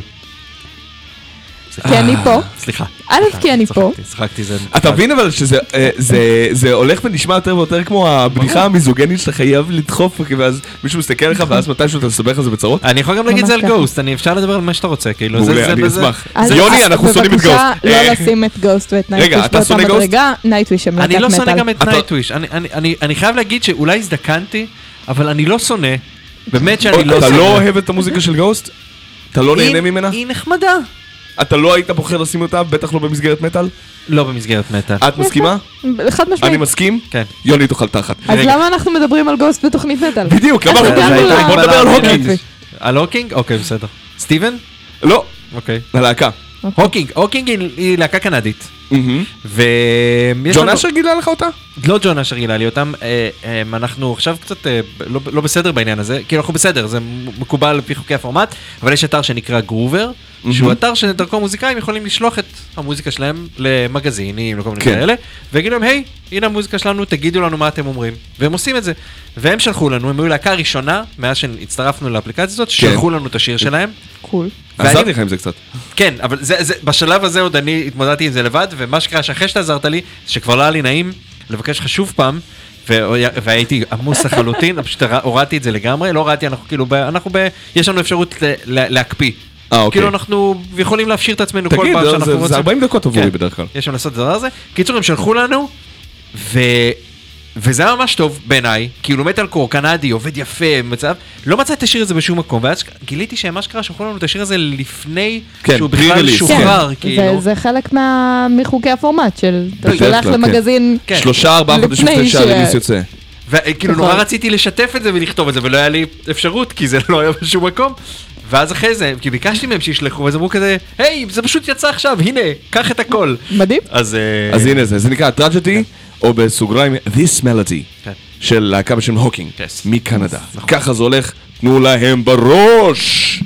D: כי אני פה.
C: סליחה.
D: א', כי אני פה.
C: שחקתי זה...
B: אתה מבין אבל שזה הולך ונשמע יותר ויותר כמו הבדיחה המיזוגנית שאתה חייב לדחוף, ואז מישהו מסתכל לך, ואז מתישהו אתה סבך על זה בצרות.
C: אני יכול גם להגיד זה על גוסט, אני אפשר לדבר על מה שאתה רוצה, כאילו.
B: מעולה, אני אשמח. יוני, אנחנו שונאים את גוסט.
D: בבקשה, לא לשים את גוסט ואת נייטוויש באותה מדרגה, נייטוויש הם להקת מטל.
C: אני לא שונא גם את נייטוויש. אני חייב להגיד שאולי הזדקנתי, אבל אני לא שונא. באמת שאני לא שונא.
B: אתה לא אוהב את המוזיקה של גוסט? אתה לא נהנה ממנה?
C: היא נחמדה.
B: אתה לא היית בוחר לשים אותה, בטח לא במסגרת מטל?
C: לא במסגרת מטל.
B: את מסכימה?
D: חד משמעית.
B: אני מסכים?
C: כן.
B: יוני תאכל תחת.
D: אז למה אנחנו מדברים על גוסט בתוכנית מטל?
B: בדיוק, למה? בוא נדבר על הוקינג.
C: על הוקינג? אוקיי, בסדר. סטיבן?
B: לא.
C: אוקיי.
B: הלהקה.
C: הוקינג, הוקינג היא להקה קנדית.
B: ג'ון אשר גילה לך אותה?
C: לא ג'ון אשר גילה לי אותם, אנחנו עכשיו קצת לא בסדר בעניין הזה, כאילו אנחנו בסדר, זה מקובל לפי חוקי הפורמט, אבל יש אתר שנקרא גרובר, שהוא אתר שדרכו מוזיקאים יכולים לשלוח את המוזיקה שלהם למגזינים, לכל מיני כאלה, ויגידו להם, היי, הנה המוזיקה שלנו, תגידו לנו מה אתם אומרים, והם עושים את זה, והם שלחו לנו, הם היו להקה ראשונה, מאז שהצטרפנו לאפליקציה הזאת, שלחו לנו את השיר שלהם.
D: קול.
B: עזרתי לך עם זה קצת.
C: כן, אבל בשלב הזה עוד אני התמודדתי עם זה לבד, ומה שקרה שאחרי שאתה עזרת לי, שכבר לא היה לי נעים לבקש לך שוב פעם, והייתי עמוס לחלוטין, פשוט הורדתי את זה לגמרי, לא הורדתי, אנחנו כאילו, אנחנו ב... יש לנו אפשרות להקפיא. כאילו אנחנו יכולים להפשיר את עצמנו כל פעם שאנחנו רוצים.
B: תגיד, זה ארבעים דקות עבורי בדרך כלל.
C: יש לנו לעשות את הדבר הזה. קיצור, הם שלחו לנו, וזה היה ממש טוב בעיניי, כאילו מטאלקור, קנדי, עובד יפה, מצב, לא מצא את השיר הזה בשום מקום, ואז גיליתי שמה שקרה, שלחו לנו את השיר הזה לפני שהוא בכלל שוחרר, כאילו.
D: זה חלק מחוקי הפורמט של, אתה שולח למגזין
B: שלושה, ארבעה חודשים לפני שהריליס יוצא.
C: וכאילו נורא רציתי לשתף את זה ולכתוב את זה, ולא היה לי אפשרות, כי זה לא היה בשום מקום. ואז אחרי זה, כי ביקשתי מהם שישלחו, ואז אמרו כזה, היי, זה פשוט יצא עכשיו, הנה, קח את הכל.
D: מדהים.
C: אז
B: הנה זה, זה נקרא טראג'די, או בסוגריים, This Melody, של להקה בשם הוקינג, מקנדה. ככה זה הולך, תנו להם בראש!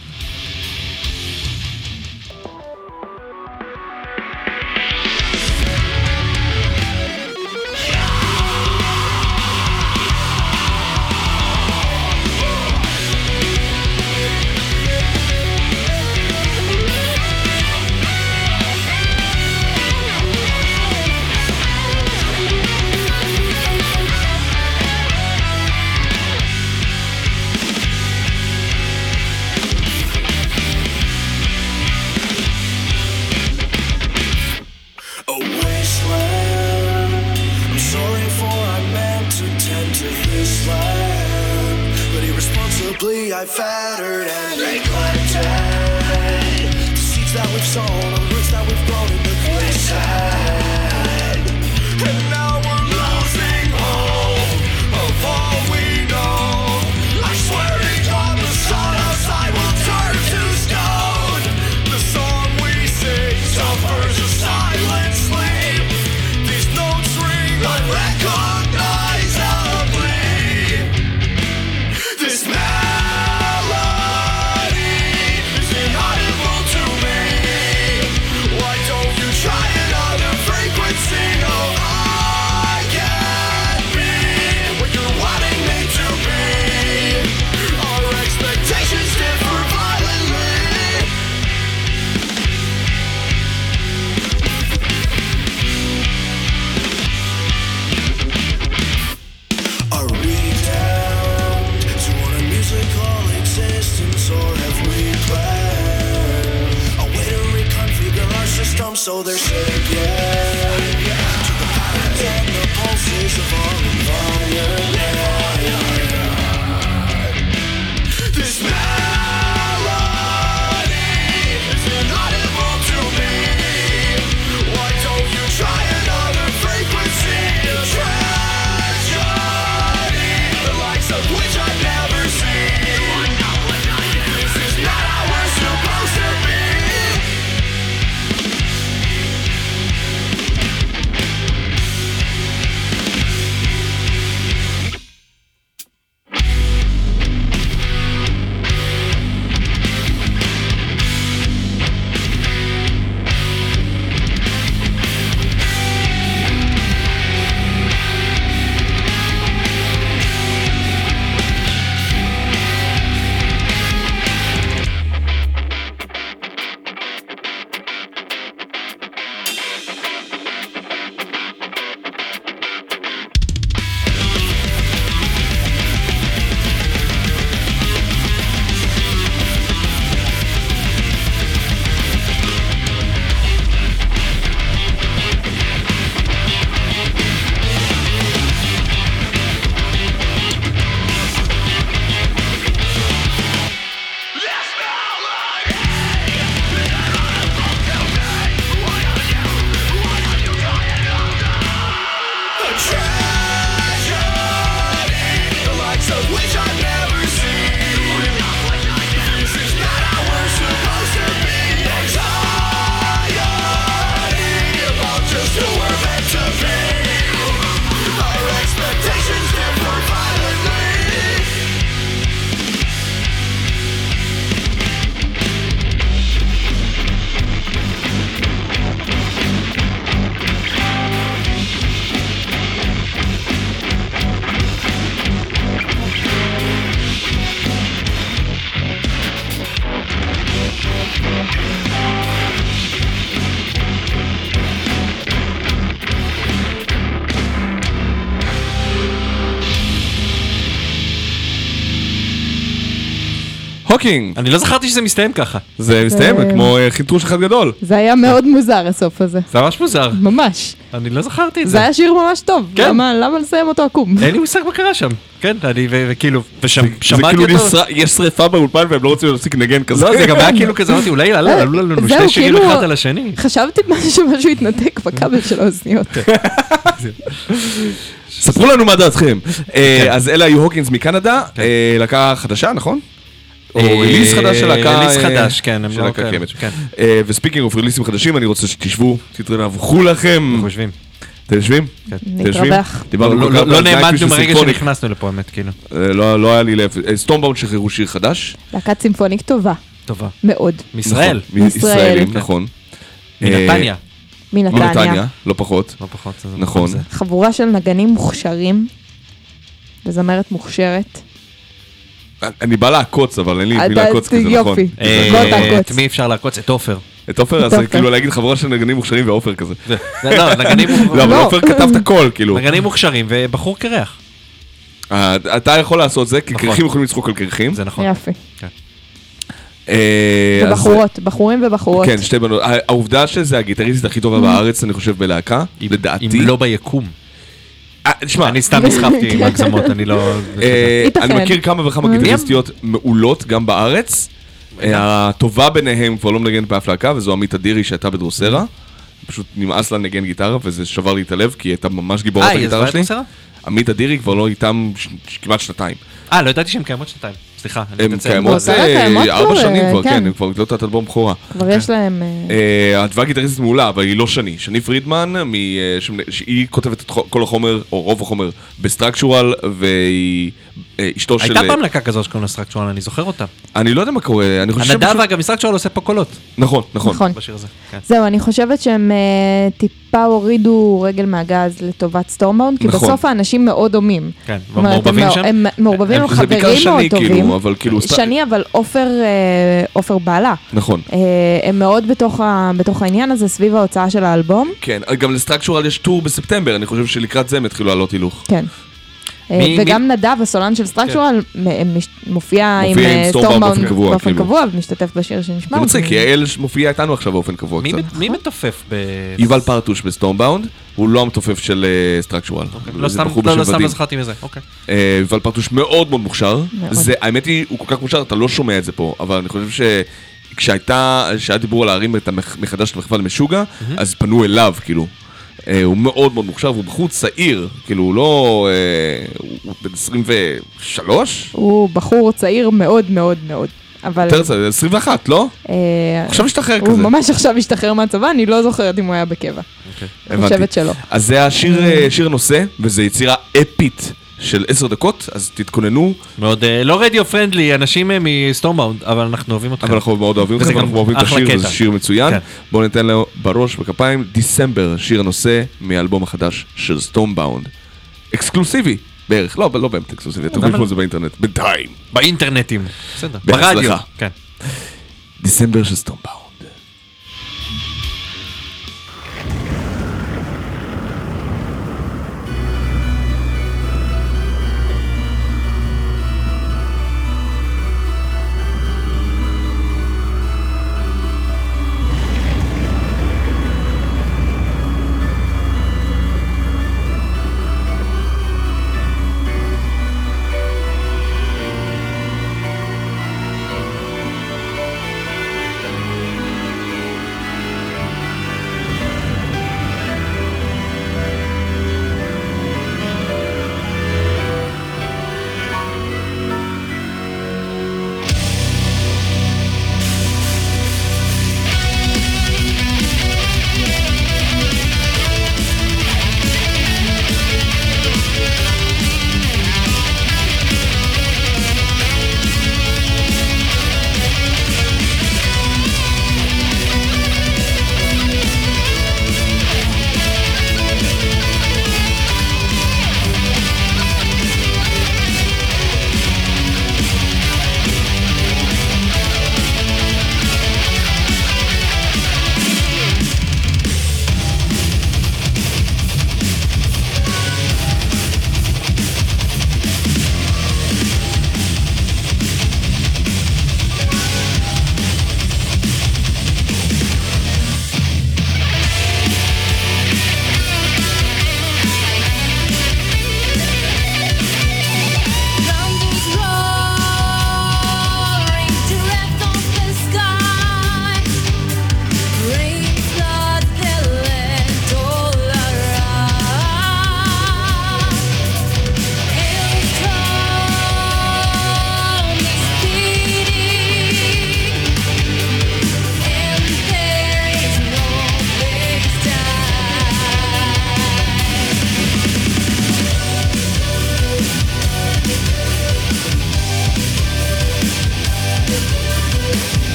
E: I fettered and neglected the seeds that we've sown, the roots that we've grown in the quicksand. And now we're losing hope of all we know. I swear to God, the sun outside will turn to stone. The song we sing suffers a silent sleep. These notes ring unrecognizably. This man so they're shaking to the patterns and the pulses of our environment. This melody is inaudible to me. Why don't you try another frequency? Tragedy, the likes of which I've never seen. This is not how we're supposed to be.
B: הוקינג.
C: אני לא זכרתי שזה מסתיים ככה.
B: זה מסתיים, כמו חינטרוש אחד גדול.
D: זה היה מאוד מוזר הסוף הזה.
C: זה ממש מוזר.
D: ממש.
C: אני לא זכרתי את
D: זה
C: זה.
D: היה שיר ממש טוב. למה לסיים אותו עקום?
C: אין לי מושג מה קרה שם. כן, אני וכאילו, ושם
B: זה
C: שמעתי
B: כאילו
C: אותו.
B: יש שריפה באולפן והם לא רוצים להפסיק לנגן כזה.
C: לא, זה גם היה כאילו כזה, אמרתי, אולי עלו לנו שני שירים אחד על השני.
D: חשבתי שמשהו התנתק בכבל של האוזניות.
B: ספרו לנו מה דעתכם. אז אלה היו הוקינס מקנדה, להקה חדשה, נכון? או ריליס חדש של להקה...
C: ריליס חדש, כן.
B: של להקה קיימת. וספיקינג אוף ריליסים חדשים, אני רוצה שתשבו, תתרנבחו לכם.
C: אנחנו יושבים.
B: אתם יושבים?
D: נתרווח.
C: לא נעמדנו מרגע שנכנסנו לפה, האמת, כאילו.
B: לא היה לי לב. סטורמבאונד שחררו שיר חדש.
D: להקת סימפונית טובה.
C: טובה.
D: מאוד.
C: מישראל.
B: מישראלים, נכון.
C: מנתניה.
D: מנתניה.
B: לא פחות.
C: לא פחות.
B: נכון.
D: חבורה של נגנים מוכשרים, וזמרת מוכשרת.
B: אני בא לעקוץ, אבל אין לי מי לעקוץ כזה, נכון.
D: יופי, בוא תעקוץ.
C: את מי אפשר לעקוץ? את אופר.
B: את אופר, אז כאילו להגיד חבורה של נגנים מוכשרים ואופר כזה.
C: לא, נגנים מוכשרים.
B: לא, אבל אופר כתב את הכל, כאילו.
C: נגנים מוכשרים ובחור קרח.
B: אתה יכול לעשות זה, כי קרחים יכולים לצחוק על קרחים.
C: זה נכון.
D: יפה. ובחורות, בחורים ובחורות.
B: כן, שתי בנות. העובדה שזה הגיטריסטית הכי טובה בארץ, אני חושב, בלהקה, לדעתי.
C: אם לא ביקום.
B: תשמע,
C: אני סתם נסחפתי עם הגזמות, אני לא...
B: אני מכיר כמה וכמה גיטריסטיות מעולות, גם בארץ. הטובה ביניהם כבר לא מנגנת באף להקה, וזו עמית אדירי שהייתה בדרוסרה. פשוט נמאס לה לנגן גיטרה, וזה שבר לי את הלב, כי הייתה ממש גיבורת הגיטרה שלי. עמית אדירי כבר לא איתם כמעט שנתיים.
C: אה, לא ידעתי שהן קיימות שנתיים. סליחה, אני
B: מתנצל. הן קיימות ארבע שנים כבר, כן, הן כבר גדלות את אלבום בכורה.
D: כבר יש להם...
B: הדבר גיטריסטית מעולה, אבל היא לא שני. שני פרידמן, שהיא כותבת את כל החומר, או רוב החומר, בסטרקצ'ורל, והיא אשתו של...
C: הייתה פעם להקה כזו שקוראים לה סטרקצ'ורל, אני זוכר אותה.
B: אני לא יודע מה קורה, אני חושב...
C: הנדב אגב, סטרקצ'ורל עושה פה קולות.
B: נכון, נכון.
C: בשיר הזה.
D: זהו, אני חושבת שהם טיפה הורידו רגל מהגז לטובת סטורמבאונד, כי בסוף האנשים מאוד דומים.
C: כן, מעורבבים שם?
D: הם מעורבבים עם חברים מאוד טובים.
B: אבל כאילו...
D: שני, אבל אופר בעלה.
B: נכון.
D: הם מאוד בתוך העניין הזה, סביב ההוצאה של האלבום.
B: כן, גם לסטרקצ'ורל יש טור בספטמבר, אני חושב שלקראת זה הם התחילו לעלות הילוך.
D: כן. וגם נדב, הסולן של סטרקצ'ורל, מופיע עם סטורמבאונד באופן קבוע, ומשתתף בשיר שנשמע.
B: זה מצחיק, כי האל מופיע איתנו עכשיו באופן קבוע קצת.
C: מי מתופף ב...
B: יובל פרטוש בסטורמבאונד, הוא לא המתופף של סטרקצ'ורל.
C: לא סתם לא זכרתי מזה, אוקיי.
B: יובל פרטוש מאוד מאוד מוכשר. האמת היא, הוא כל כך מוכשר, אתה לא שומע את זה פה, אבל אני חושב ש... כשהייתה, כשהיה דיבור על להרים את המחדש של מחווה למשוגע, אז פנו אליו, כאילו. הוא מאוד מאוד מוכשר, והוא בחור צעיר, כאילו הוא לא... הוא בן עשרים ושלוש?
D: הוא בחור צעיר מאוד מאוד מאוד.
B: יותר צעיר, עשרים ואחת, לא? עכשיו השתחרר כזה.
D: הוא ממש עכשיו השתחרר מהצבא, אני לא זוכרת אם הוא היה בקבע. אני חושבת שלא.
B: אז זה השיר נושא, וזו יצירה אפית. של עשר דקות, אז תתכוננו.
C: מאוד, לא רדיו פרנדלי, אנשים מסטורמבאונד, אבל אנחנו אוהבים אתכם.
B: אבל אנחנו מאוד אוהבים אתכם, אנחנו אוהבים את השיר, וזה שיר מצוין. בואו ניתן לו בראש בכפיים, דיסמבר, שיר הנושא מהאלבום החדש של סטורמבאונד. אקסקלוסיבי, בערך, לא, לא באמת אקסקלוסיבי, אתם יכולים לשמוע את זה באינטרנט, בינתיים.
C: באינטרנטים, בסדר. ברדיו, כן.
B: דיסמבר של סטורמבאונד.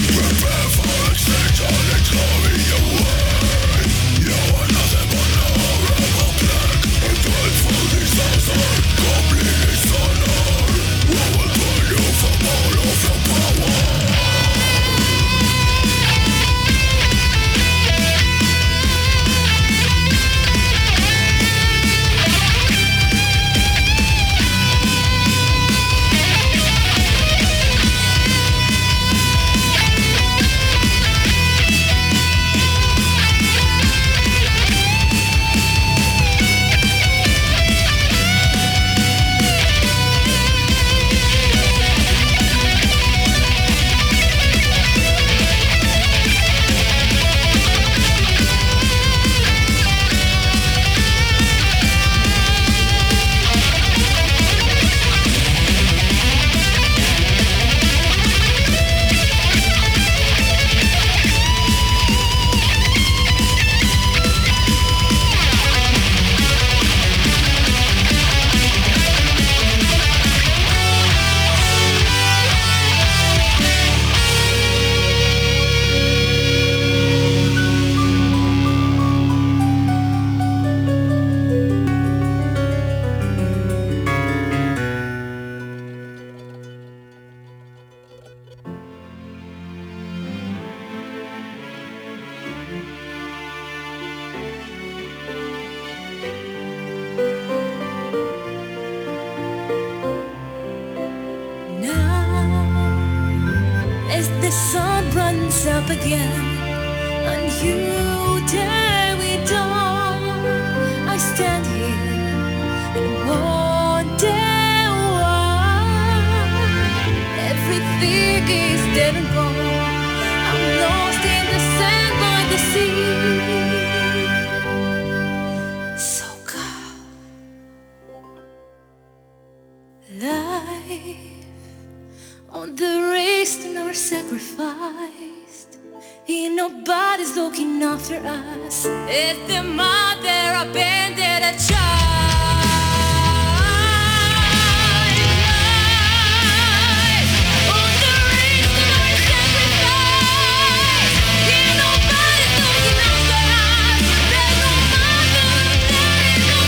F: the sun runs up again, and you dare we dawn. I stand here and wonder why everything is dead and gone. I'm lost in the sand by the sea. So calm. Life on the race nor sacrificed. Ain't nobody's looking after us. It's the mother abandoned a child. On the race nor sacrificed. Ain't nobody's looking after us. There's no mother, there is no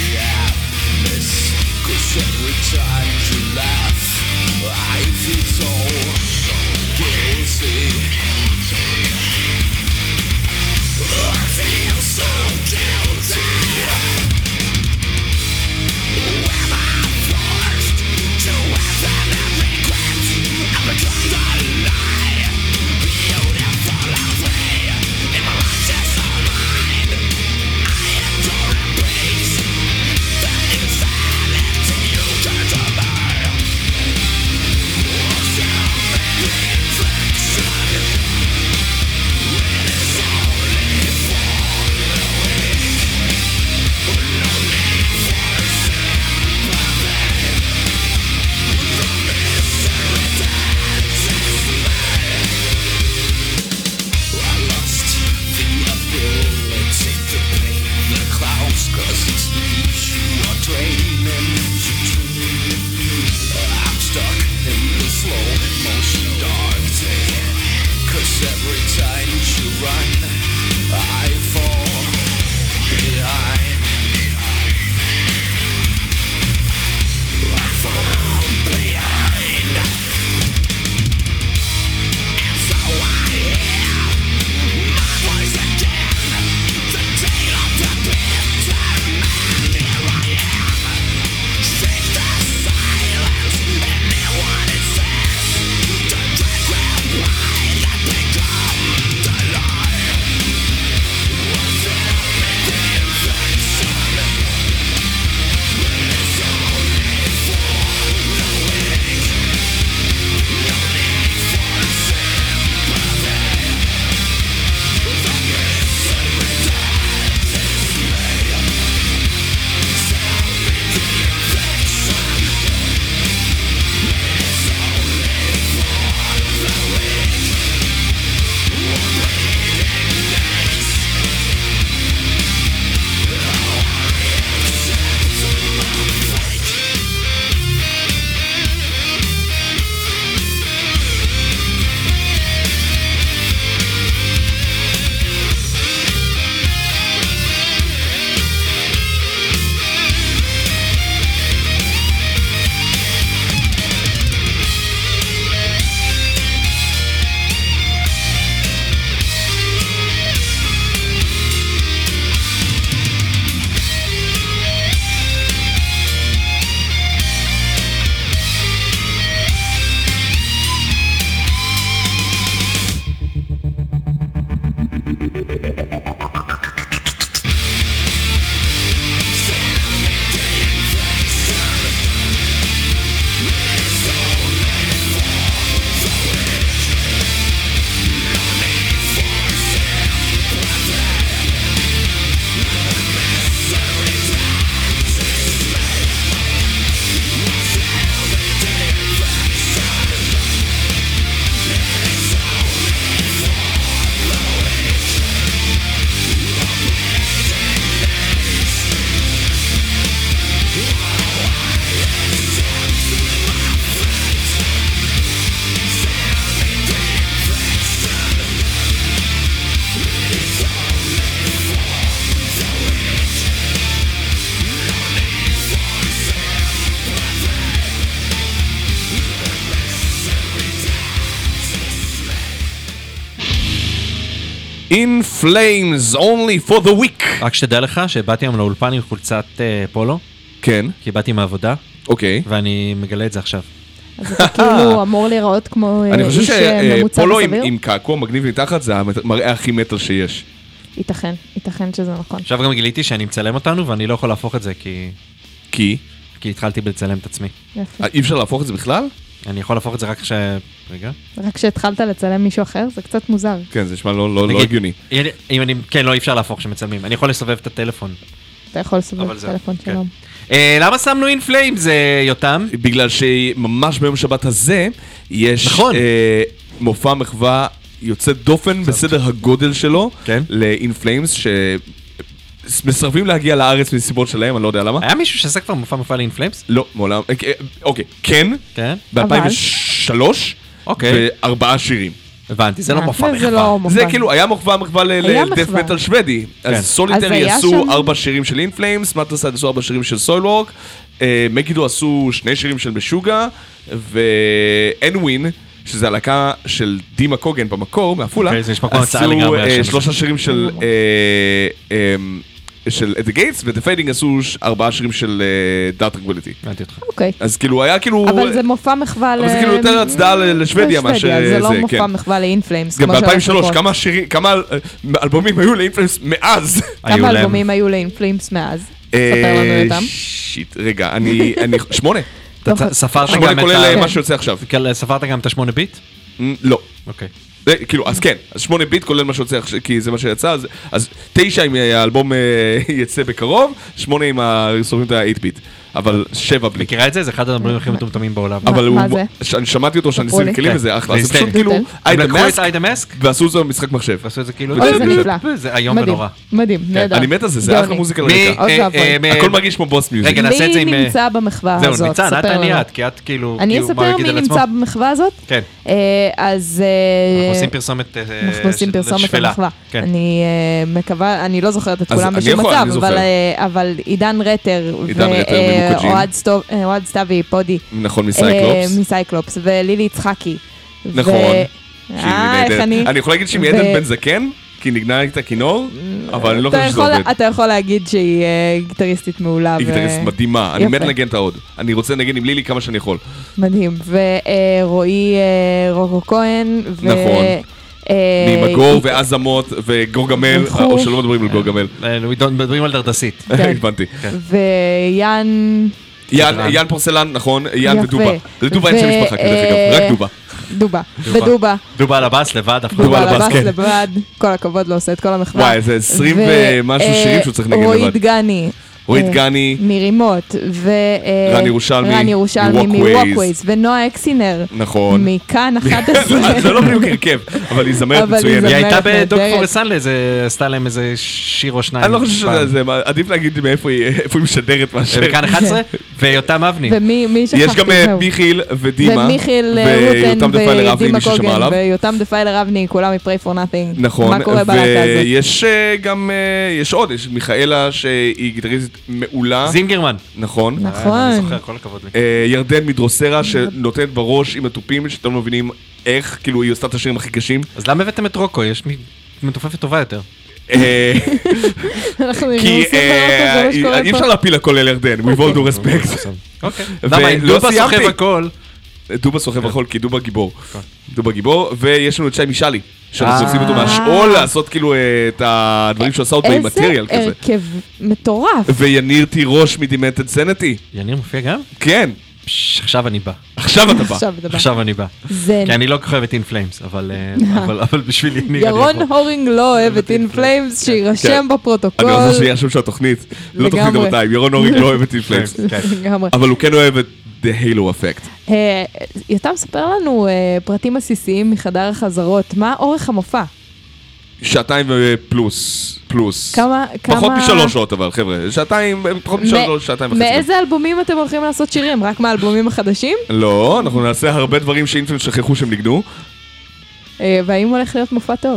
E: every time you laugh, I feel so
B: In Flames, only for the week.
C: רק שתדע לך שבאתי היום לאולפן עם חולצת פולו,
B: כן.
C: כי באתי מהעבודה,
B: אוקיי.
C: ואני מגלה את זה עכשיו.
D: אז אתה כאילו אמור להיראות כמו
B: אני חושב
D: איש ממוצע
B: שפולו עם-
D: וסביר?
B: עם קעקוע מגניב מתחת זה המראה הכי מטל שיש.
D: ייתכן, ייתכן שזה נכון.
C: עכשיו גם גיליתי שאני מצלם אותנו, ואני לא יכול להפוך את זה, כי...
B: כי?
C: כי התחלתי בלצלם את עצמי.
D: יפה.
B: אי אפשר להפוך את זה בכלל?
C: אני יכול להפוך את זה רק כש... רגע.
D: רק כשהתחלת לצלם מישהו אחר, זה קצת מוזר.
B: כן, זה נשמע לא לא- לא
C: נגיד,
B: הגיוני.
C: אם אני... כן, לא, אי אפשר להפוך כשמצלמים. אני יכול לסובב את הטלפון.
D: אתה יכול לסובב
C: אבל
D: את
C: זהו,
D: הטלפון
C: כן.
D: שלום.
C: אה, למה שמנו אין פליים זה יותם?
B: בגלל שממש ביום שבת הזה יש
C: נכון.
B: אה, מופע מחווה יוצא דופן בסדר הגודל שלו
C: כן.
B: ל-In Flames שמסרבים להגיע לארץ מסיבות שלהם, אני לא יודע למה.
C: היה מישהו שעשה כבר מופע מופע לאין פליימס?
B: לא, מעולם. אה, אה, אוקיי, כן,
C: כן.
B: ב-אלפיים ושלוש,
C: אוקיי.
B: וארבעה שירים.
C: הבנתי, זה לא
D: אה,
C: מופע
D: זה
C: מחווה.
D: לא מופע.
B: זה כאילו, היה מחווה מחווה
D: היה
B: לדף
D: מחווה.
B: מטל שוודי.
C: כן.
B: אז סוליטרי
D: היה
B: עשו
D: שם-
B: ארבע שירים של In Flames, מטרסייד עשו ארבע שירים של סוילוורק, מגידו עשו שני שירים של משוגע, ואנווין, שזה הלהקה של דימה קוגן במקור, מעפולה,
C: אוקיי, זה נשמע כמו הצעה לגמרי
B: עשו
C: השם
B: אה,
C: הזה.
B: שלושה שירים של... אה, אה, של The Gates, ו-The Fading עשו ש- ארבעה שירים של אה, Dark Tranquility.
C: הבנתי אותך.
D: אוקיי.
B: אז כאילו, היה כאילו...
D: אבל זה מופע מחווה ל...
B: אבל זה כאילו יותר הצדעה ל- לשוודיה מאשר
D: זה לא
B: זה,
D: מופע
B: כן.
D: מחווה לאינפלאמס.
B: גם ב-אלפיים ושלוש, כמה שירים, כמה אה, אלבומים היו לאינפלאמס מאז?
C: היו
D: כמה
C: להם-
D: אלבומים היו לאינפלאמס מאז? ספר
B: אה,
D: לנו אותם.
B: שיט, רגע, אני, אני, שמונה.
C: אתה
D: לא,
C: צ- ספרת
B: שמונה
C: גם את
B: כולל
C: ה...
B: אה, מה שיוצא עכשיו.
C: כן, ספרת גם את השמונה ביט?
B: מ, לא.
C: אוקיי.
B: זה, כאילו, אז כן, אז שמונה ביט כולל מה שיוצא עכשיו, כי זה מה שיצא, אז, אז תשע אם האלבום אה, יצא בקרוב, שמונה אם סופרים את ה-אייט ביט, אבל שבע בלי.
C: מכירה את זה? זה אחד הדברים הכי מטומטמים בעולם.
B: אבל
D: מה
B: הוא,
D: זה?
B: ש- אני שמעתי אותו שאני
D: ספרו לי.
B: ניסים כלים
C: כן.
B: וזה אחלה, זה
C: זה
B: פשוט
C: היסטרי.
B: כאילו,
D: הם
C: הם
B: איידה
C: לקחו את
B: מאסק,
C: איידה מאסק,
B: ועשו זה במשחק מחשב.
C: ועשו את זה כאילו...
D: אוי, זה נפלא.
C: זה איום
D: מדהים,
C: ונורא.
D: מדהים, נהדר.
B: אני מת על זה, זה
D: גאוני.
B: אחלה מוזיקה
C: מי-
B: לרקע.
D: עוד
C: אה,
D: ואבוי.
C: אה, מ-
B: הכל מרגיש כמו בוס מיוזיק.
C: רגע, נעשה את זה עם...
D: מי נמצא במחווה הזאת?
C: זהו, ניצן, את
D: ספר
C: תעני
D: לנו.
C: את, כי את כאילו...
D: אני
C: כאילו, מה
D: אספר
C: יגיד
D: מי
C: על עצמו?
D: נמצא במחווה הזאת?
C: כן.
D: אה, אז... אה,
C: אנחנו עושים פרסומת אה,
D: אנחנו עושים
C: של-
D: פרסומת
C: שפלה.
D: למחווה.
C: כן.
D: אני אה, מקווה, אני לא זוכרת את
B: אז
D: כולם
B: אני
D: בשום
B: יכול,
D: מצב,
B: אני זוכר.
D: אבל, אה, אבל עידן רטר,
B: עידן רטר ממוקג'ין.
D: ואוהד סתיוי, פודי,
B: נכון,
D: אה,
B: מסייקלופס.
D: מסייקלופס, ולילי יצחקי.
B: נכון.
D: ו-
B: שהיא
D: אה, איך
B: נהדרת.
D: אני...
B: אני יכול להגיד שהיא
D: ו-
B: מעדן בן זקן, כי היא נגנה איתה כינור, אבל אני לא
D: אתה
B: חושב שזה
D: יכול-
B: עובד.
D: אתה יכול להגיד שהיא אה, גיטריסטית מעולה.
B: היא
D: ו-
B: גיטריסט מדהימה, אני
D: יפה.
B: מת לנגן את העוד. אני רוצה לנגן עם לילי כמה שאני יכול.
D: מדהים. ורועי רוקו כהן. ו-
B: נכון.
D: אה,
B: ממגור ואזמות וגורגמל,
D: וכו'.
B: או שלא מדברים על גורגמל.
C: אה, מדברים על דרדסית.
D: כן.
B: הבנתי.
D: ויאן...
B: יאן, יאן פורסלן, נכון, יאן
D: יפה.
B: ודובה. לדובה אין שם
D: ו-
B: משפחה, דרך
D: אה,
B: אגב, רק דובה.
D: דובה.
C: דובה.
D: ודובה.
C: דובה על הבאס לבד, אף אחד
B: דובה
D: דובה
B: על הבאס,
D: לבאס
B: כן.
D: לבד. כל הכבוד לו, עושה את כל המחווה.
B: וואי, איזה עשרים
D: ו-
B: ומשהו
D: אה,
B: שירים שהוא צריך לנגן
D: רועי
B: לבד.
D: דגני.
B: רועי
D: אה,
B: דגני,
D: מרימות. ו... אה,
B: רן ירושלמי,
D: רן ירושלמי
B: מ-Walkways.
D: מווקווייז. ונועה אקסינר.
B: נכון.
D: מכאן אחת עשרה.
B: זה לא בדיוק הרכב, אבל היא זמרת
D: אבל היא
B: מצוינת.
C: היא הייתה
D: זמרת
C: בדוק
D: נהדרת.
C: פור סאנלה, זה עשתה להם איזה שיר או שניים.
B: אני לא חושב
C: פעם.
B: שזה, זה- עדיף להגיד מאיפה היא איפה היא משדרת מאשר.
C: וכאן אחת עשרה, ויותם אבני.
D: ומי מי שכחתי?
B: יש גם אה,
D: זהו.
B: מיכיל ודימה,
D: ומיכיל אה,
B: ויותם
D: רוטן
B: דפיילר אבני,
D: ודימה
B: מי ששמע
D: קוגן
B: עליו.
D: ויותם דפיילר אבני, כולם מ-Pray for Nothing.
B: נכון,
D: מה קורה בלהקה הזאת?
B: ויש אה, גם, אה, יש עוד, יש את מיכאלה שהיא גיטריסטית מעולה,
C: זינגרמן.
B: נכון,
D: נכון.
C: אני זוכר, כל הכבוד לי.
B: אה, ירדן מדרוסרה שנותנת בראש עם התופים שאתם לא מבינים איך, כאילו היא עושה את השירים הכי קשים.
C: אז למה הבאתם את רוקו? יש מי- מתופפת טובה יותר.
B: אה,
D: אנחנו
B: כי
D: נוסיף
B: אה,
D: על מה שקורה
B: אי
D: פה.
B: אפשר להפיל הכל על ירדן, with all due respect.
C: אוקיי.
B: ולא
C: למה, אם דובה
B: סיימתי.
C: סוחב הכל.
B: דובה סוחב הכל, כי דובה גיבור. דובה גיבור, ויש לנו את שי משאלי, שאנחנו
C: אה.
B: עושים אותו מהשאול, לעשות כאילו אה, את הדברים שעושה אותו עם מטריאל
D: איזה
B: כזה.
D: הרכב מטורף.
B: ויניר תירוש מדימנטד סנטי.
C: יניר מופיע גם?
B: כן,
C: פש, עכשיו אני בא.
B: עכשיו אתה בא.
D: עכשיו דבר.
C: עכשיו אני בא.
D: זה...
C: כי אני לא כל כך אוהב את אין פליימס, אבל אה, אבל- אבל בשביל יניר אני
D: ירון
C: יכול.
D: הורינג לא אוהב את אין פליימס, שיירשם
B: כן.
D: בפרוטוקול.
B: אני רוצה שיהיה שם של התוכנית, לא תוכנית
D: לגמרי.
B: המאתיים, ירון אוריק לא אוהב את אינפלאמס.
C: כן.
D: לגמרי.
B: אבל הוא כן אוהב את The Halo Effect.
D: אה, יותם, ספר לנו אה, פרטים עסיסיים מחדר החזרות. מה אורך המופע?
B: שעתיים ופלוס, פלוס.
D: כמה...
B: פחות
D: כמה-
B: משלוש שעות אבל חבר'ה, שעתיים, פחות משלוש, שעתיים וחצי.
D: מאיזה אלבומים אתם הולכים לעשות שירים? רק מהאלבומים החדשים?
B: לא, אנחנו נעשה הרבה דברים שאינפלאמס שכחו שהם ניגנו.
D: אה, והאם הולך להיות מופע טוב?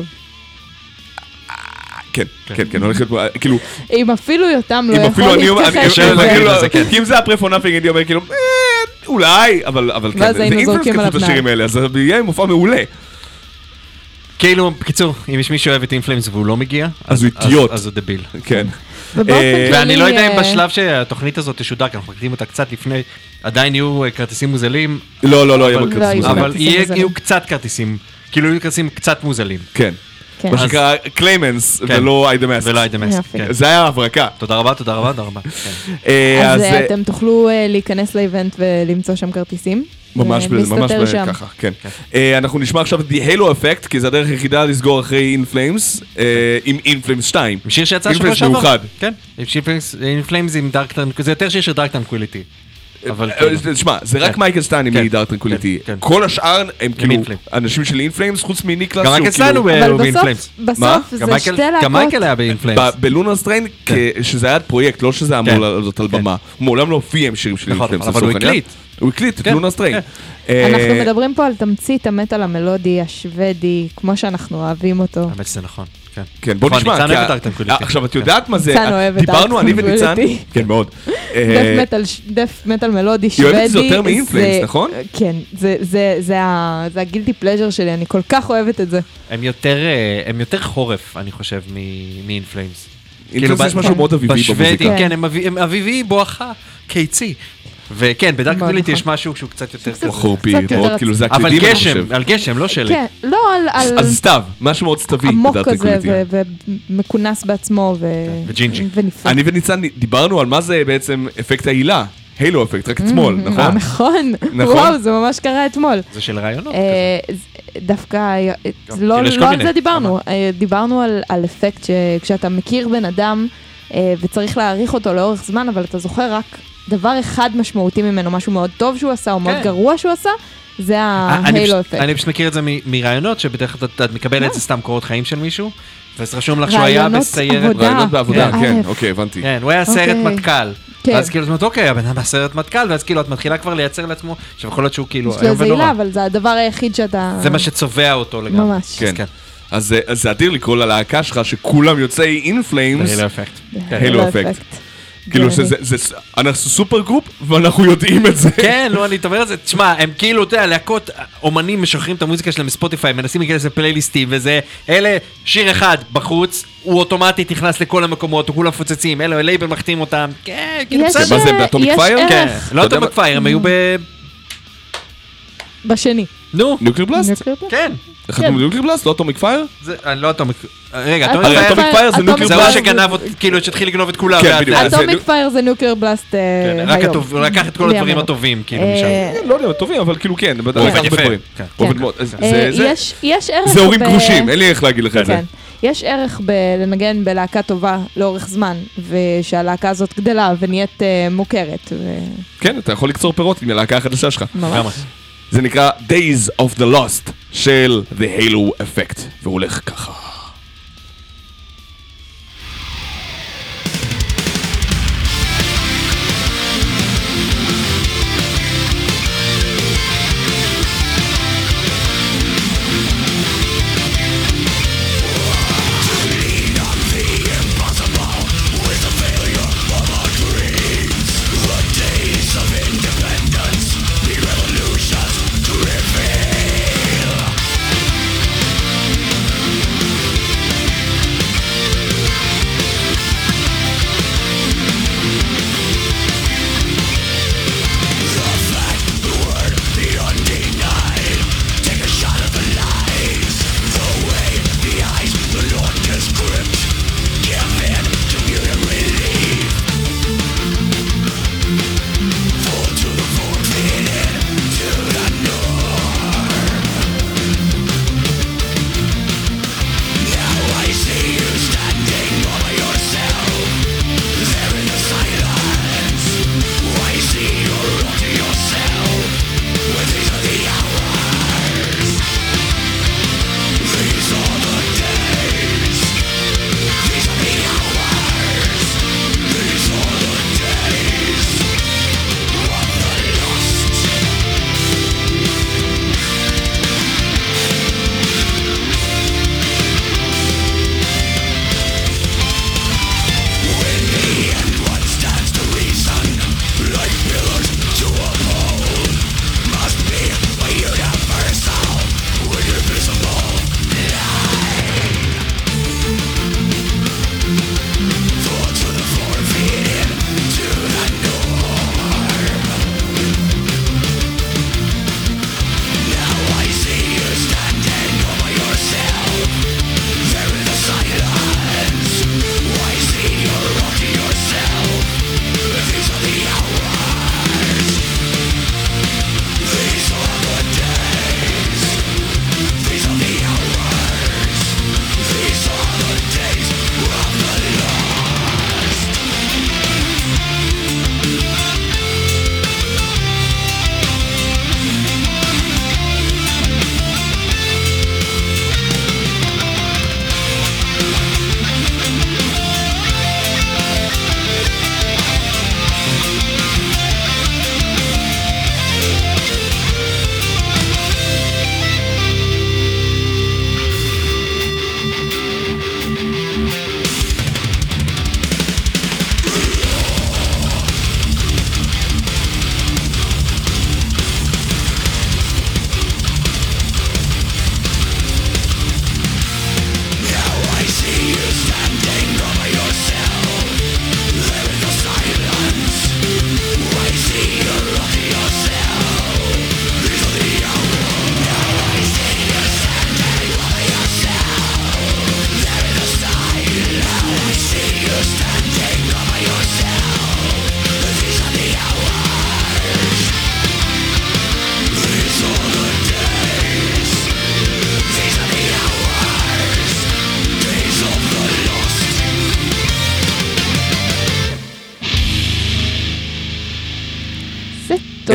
B: כן, כן, כן, הולך להיות, כאילו,
D: אם אפילו יותם לא
B: אם אפילו
D: יכול
B: אני אומר, אני-
D: להתכחש
B: אני-
C: לזה.
B: כאילו,
C: לזה, כן.
B: כי אם זה הפרפו נאפינג, אני אומר כאילו, "אה, אולי, אבל אבל כן,
D: ואז
B: זה
D: היינו
B: אינפלאמס
D: זורקים
B: כתבו
D: עליו
B: את השירים
D: נעל.
B: האלה, אז זה יהיה מופע מעולה.
C: כאילו, בקיצור, אם יש מי שאוהב את אינפלאמס והוא לא מגיע,
B: אז הוא אידיוט.
C: אז הוא דביל.
B: כן.
C: ואני לא יודע אם בשלב שהתוכנית הזאת תשודר, כי אנחנו מקדים אותה קצת לפני, עדיין יהיו כרטיסים מוזלים.
B: לא, לא, לא, יהיו כרטיסים מוזלים.
C: אבל יהיו קצת כרטיסים, כאילו יהיו כרטיסים קצת מוזלים.
B: כן. מה שנקרא קליימנס ולא איידמאסט.
C: ולא איידמאסט.
B: זה היה הברקה.
C: תודה רבה, תודה רבה, תודה רבה.
D: אז אתם תוכלו להיכנס לאיבנט ולמצוא שם כרטיסים.
B: ממש ככה, כן. אנחנו נשמע עכשיו את The Halo Effect, כי זה הדרך היחידה לסגור אחרי In Flames, עם In Flames שתיים.
C: עם שיר שיצא שבוע שעבר. כן, In Flames עם Dark Tranquility, זה יותר שיר של Dark Tranquility.
B: תשמע, זה רק מייקל סטאני מ-Dark Tranquility. כל השאר הם כאילו אנשים של In Flames, חוץ מניקלס.
C: גם מייקל סטאני הוא ב-In Flames.
D: בסוף זה שתי להקות.
C: גם מייקל היה ב-In Flames.
B: בלונר סטריין, שזה היה פרויקט, לא שזה אמור לעלות על במה. הוא מעולם לא הופיע עם שירים של In Flames.
C: אבל הוא הקליט.
B: הוא הקליט את לונה סטריין.
D: אנחנו מדברים פה על תמצית המטל המלודי, השוודי, כמו שאנחנו אוהבים אותו.
C: האמת שזה נכון, כן.
B: כן, בוא נשמע.
C: ניצן אוהב את דארק טנקוויליטי.
B: עכשיו, את יודעת מה זה?
D: ניצן אוהב את דארק
B: דיברנו אני וניצן. כן, מאוד.
D: דף מטל מלודי, שוודי.
B: היא אוהבת את זה יותר מ-Inflames, נכון?
D: כן, זה הגילטי פלז'ר שלי, אני כל כך אוהבת את זה.
C: הם יותר חורף, אני חושב, מ-Inflames.
B: Inflames יש משהו מאוד אביבי במוזיקה.
C: כן, הם אביבי בואכה קיצי. וכן, בדארק טנקוויליטי יש משהו שהוא קצת יותר
B: חורפי, כאילו זה
C: אבל גשם, על גשם, לא שלי.
D: כן, לא על...
B: אז סתיו, משהו מאוד סתווי
D: בדארק טנקוויליטי. עמוק כזה, ומכונס בעצמו,
C: וג'ינג'י.
B: אני וניצן דיברנו על מה זה בעצם אפקט העילה. הילו אפקט, רק אתמול, נכון?
D: נכון, וואו, זה ממש קרה אתמול.
C: זה של רעיונות כזה.
D: דווקא, לא על זה דיברנו, דיברנו על אפקט שכשאתה מכיר בן אדם, וצריך להעריך אותו לאורך זמן, אבל אתה זוכר רק דבר אחד משמעותי ממנו, משהו מאוד טוב שהוא עשה, או מאוד גרוע שהוא עשה, זה ההילו אפקט.
C: אני פשוט מכיר את זה מרעיונות, שבדרך כלל אתה מקבל את זה סתם קורות חיים של מישהו, וזה רשום לך שהוא היה בסיירת...
B: רעיונות בעבודה, כן, אוקיי, הבנתי.
C: כן, הוא היה סיירת מטכ"ל. ואז כאילו, את אומרת, אוקיי, הבן אדם בסיירת מטכ"ל, ואז כאילו, את מתחילה כבר לייצר לעצמו, שיכול להיות שהוא כאילו,
D: היום ונורא. אבל זה הדבר היחיד שאתה...
C: זה מה שצובע אותו לגמרי.
D: ממש.
B: כן. אז זה אדיר לקרוא ללהקה שלך, שכולם יוצאי In Flames.
C: הילו אפקט.
B: הילו אפקט. כאילו שזה, אנחנו סופר גרופ, ואנחנו יודעים את זה.
C: כן, לא, אני תאמר את זה, תשמע, הם כאילו, אתה יודע, להקות, אומנים משחררים את המוזיקה שלהם בספוטיפיי, מנסים להיכנס לפלייליסטים, וזה, אלה, שיר אחד בחוץ, הוא אוטומטית נכנס לכל המקומות, הוא כולם מפוצצים, אלה, לייבל מחתים אותם, כן, כאילו בסדר.
B: מה זה, באטומיק פייר?
C: כן, לא אטומיק פייר, הם היו ב...
D: בשני.
C: נו.
B: ניוקליר בלאסט?
C: כן.
B: אחד מניוקליר בלאסט, לא אטומיק פייר?
C: לא אטומיק... רגע,
B: אטומיק פייר זה ניוקליר בלאסט.
C: זה שגנב, כאילו, שהתחיל לגנוב את כולם.
D: אטומיק פייר זה ניוקליר בלאסט היום.
C: הוא לקח את כל הדברים הטובים, כאילו, משם.
B: לא יודע, טובים, אבל כאילו כן.
C: הוא עובד יפה.
D: יש ערך...
B: זה הורים גרושים, אין לי איך להגיד לך את זה.
D: יש ערך לנגן בלהקה טובה לאורך זמן, ושהלהקה הזאת גדלה ונהיית מוכרת.
B: כן, אתה יכול לקצור פירות עם הלהקה החדשה שלך.
D: ממש.
B: זה נקרא Days of the Lost של The Halo Effect, והוא הולך ככה.
E: Revolutions to reveal.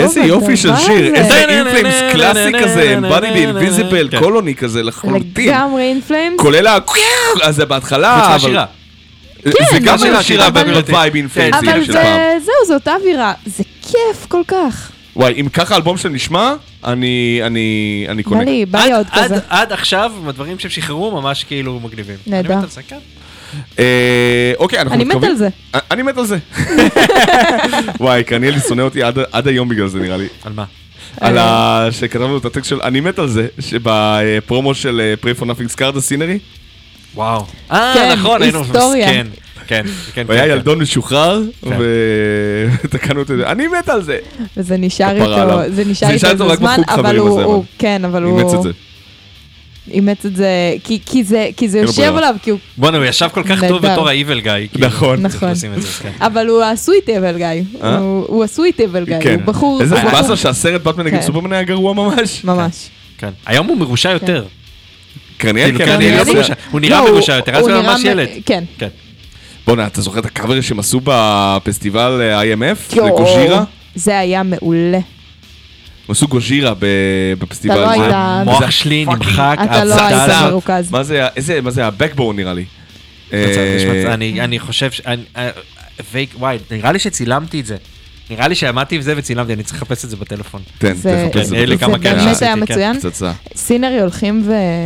B: איזה יופי של שיר, איזה אינפליימס קלאסי כזה, Embodied Invisible, קולוני כזה, לחלוטין.
D: לגמרי אינפליימס.
B: כולל ה... אז זה בהתחלה,
C: חוץ מהשירה.
B: זה גם של השירה וייב אינפליימס של פעם.
D: אבל זהו, זו אותה אווירה. זה כיף כל כך.
B: וואי, אם ככה האלבום שלי נשמע, אני קונה.
D: בא לי, בא לי עוד כזה.
C: עד עכשיו, הדברים שהם שחררו ממש כאילו מגניבים.
D: נהדר.
B: אוקיי, אנחנו
D: אני מת על זה.
B: אני מת על זה. וואי, קרניאלי שונא אותי עד היום בגלל זה נראה לי.
C: על מה?
B: על ה... שכתבנו את הטקסט של אני מת על זה, שבפרומו של Pray for Nothing Scarred הסינרי.
C: וואו. אה, נכון, היינו...
D: היסטוריה.
C: כן, כן, כן.
B: והיה ילדון משוחרר, ותקנו את זה. אני מת על זה.
D: וזה נשאר איתו, זה נשאר איתו איזה זמן, אבל הוא... כן, אבל הוא...
B: אימץ את זה.
D: אימץ את זה, כי זה יושב עליו, כי הוא...
C: בוא'נה, הוא ישב כל כך טוב בתור ה-Evil Guy.
B: נכון.
D: נכון. אבל הוא ה-Sweet Evil Guy. הוא ה-Sweet Evil Guy. הוא בחור...
B: איזה באסה שהסרט באטמן נגד סופרמן היה גרוע ממש.
D: ממש.
C: כן. היום הוא מרושע יותר.
B: קרניאל,
C: קרניאל. הוא נראה מרושע יותר, אז הוא ממש ילד.
D: כן.
B: בוא'נה, אתה זוכר את הקאבר שהם עשו בפסטיבל איי אם אף? לגוז'ירה?
D: זה היה מעולה.
B: הם עשו גוז'ירה בפסטיבל.
D: אתה לא היית...
C: מוח שלי נמחק.
D: אתה לא היית מרוכז.
B: מה זה הבקבורן נראה לי?
C: אני חושב ש... וואי, נראה לי שצילמתי את זה. נראה לי שעמדתי עם זה וצילמתי, אני צריך לחפש את זה בטלפון.
B: כן, תחפש את זה.
D: זה באמת היה מצוין. סינרי הולכים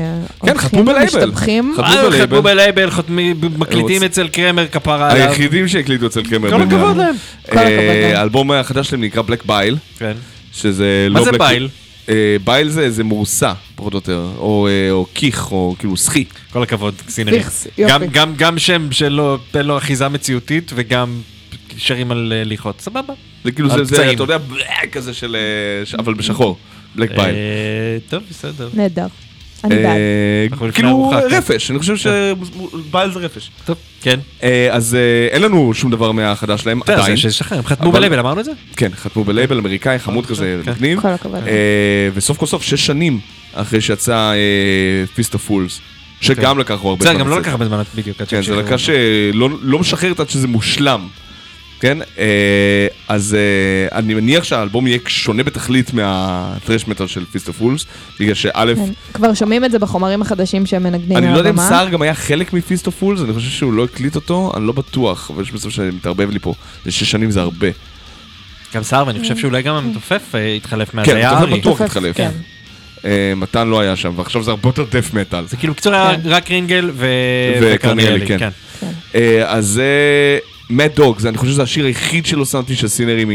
D: ומשתבחים.
C: חתמו בלייבל, מקליטים אצל קרמר כפרה עליו.
B: היחידים שהקליטו אצל קרמר.
C: כל הכבוד להם.
B: האלבום החדש שלהם נקרא בלק בייל.
C: כן.
B: שזה
C: מה זה בייל?
B: בייל זה מורסה, פחות או יותר, או כיך, או כאילו סחי.
C: כל הכבוד, סינרי. גם שם שלו, תן לו אחיזה מציאותית, וגם שרים על ליחות, סבבה.
B: זה כאילו, זה, אתה יודע, כזה של, אבל בשחור, בלק בייל.
C: טוב, בסדר.
D: נהדר. אני בעד.
B: כאילו רפש, אני חושב שבייל זה רפש.
C: טוב, כן.
B: אז אין לנו שום דבר מהחדש שלהם, עדיין.
C: הם חתמו בלייבל, אמרנו את זה?
B: כן, חתמו בלייבל אמריקאי, חמוד כזה, מגניב.
D: כל הכבוד.
B: וסוף כל סוף, שש שנים אחרי שיצא Fist of Fools, שגם לקח הרבה זמן.
C: זה גם לא לקח הרבה זמן בדיוק.
B: כן, זה לקח שלא משחררת עד שזה מושלם. כן, אז אני מניח שהאלבום יהיה שונה בתכלית מהטרש מטל של Fist of Fools, בגלל שא'
D: כבר שומעים את זה בחומרים החדשים שהם מנגנים.
B: אני לא יודע אם סער גם היה חלק מ-Fist of Fools, אני חושב שהוא לא הקליט אותו, אני לא בטוח, אבל יש בסוף שמתערבב לי פה, זה שש שנים זה הרבה.
C: גם סער, ואני חושב שאולי גם המתופף התחלף מאז,
B: כן,
C: היה
B: מתופף
C: ארי.
B: בטוח התחלף. מתן לא היה שם, ועכשיו זה הרבה יותר דף מטל.
C: זה כאילו קצור היה רק רינגל
B: וקרניאלי, כן. אז זה... Mad Dogs, אני חושב שזה השיר היחיד שלא שמתי של סינרי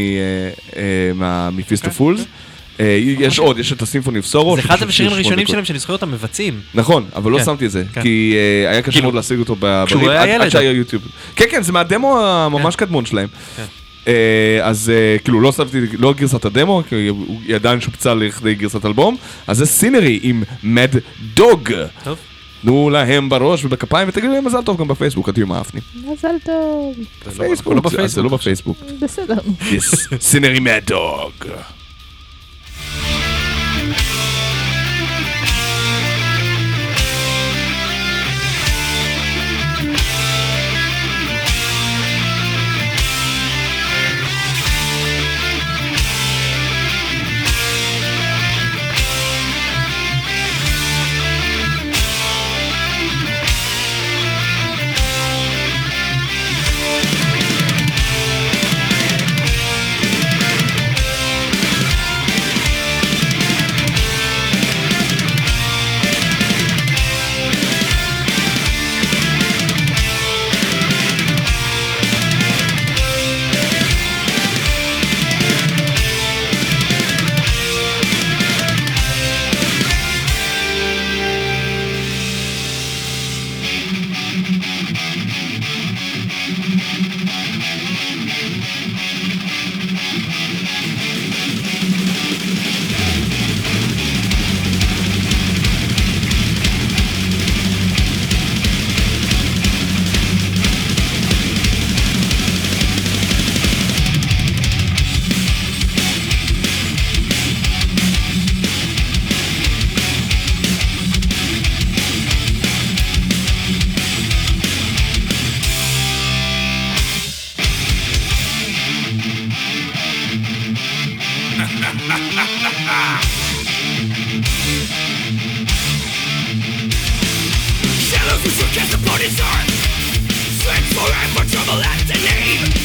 B: מ-Fist of Fools. יש עוד, יש את הסימפוני אוף סורו.
C: זה אחד השירים הראשונים שלהם שאני זוכר אותם מבצעים.
B: נכון, אבל לא שמתי את זה, כי היה קשה מאוד להשיג אותו
C: כשהוא היה ילד.
B: עד שהיה יוטיוב. כן, כן, זה מהדמו הממש קדמון שלהם. אז כאילו לא שמתי, לא גרסת הדמו, כי הוא עדיין שופצה לכדי גרסת אלבום. אז זה סינרי עם Mad Dog.
C: טוב.
B: תנו להם בראש ובכפיים ותגידו להם מזל טוב גם בפייסבוק, אתם עם האפני.
D: מזל טוב.
B: בפייסבוק, זה לא בפייסבוק.
D: בסדר.
B: סינרי Mad Dog.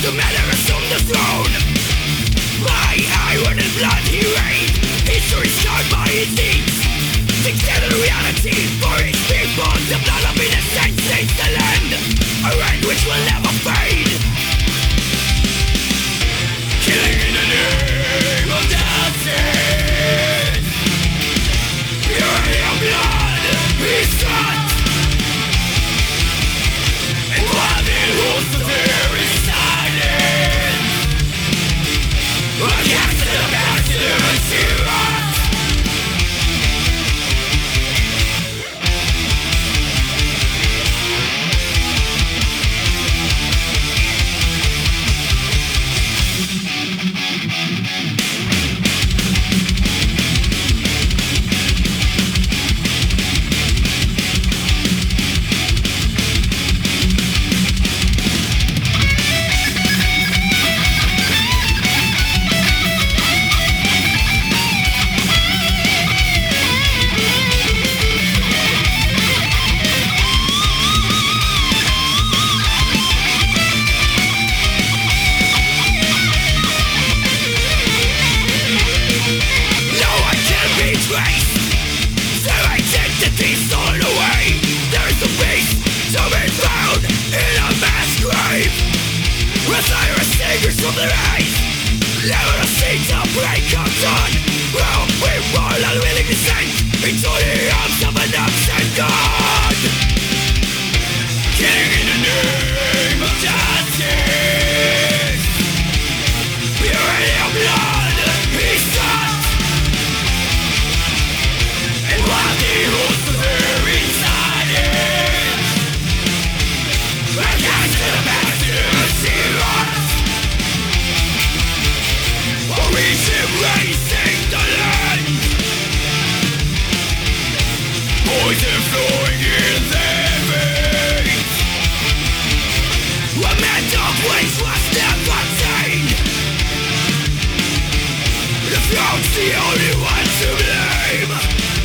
E: the man who assumed the throne. By iron and blood he reigned, history scarred by his deeds. Extended reality for his people, the blood of innocence stains the land, a reign which will never fade. Killing in the name of justice, purity of blood is cut, and while the rules of fear is silent, against the massive and tyranny. From their eyes, never a seat to break comes on. Well, we fall unwilling descent into the arms of an absent God. Killing in the name of justice, purity of blood is sought, and while the hosts of their inside against the massive tyranny. He's embracing the land, poison flowing in their veins. A mental place was never tamed. The throne's the only one to blame.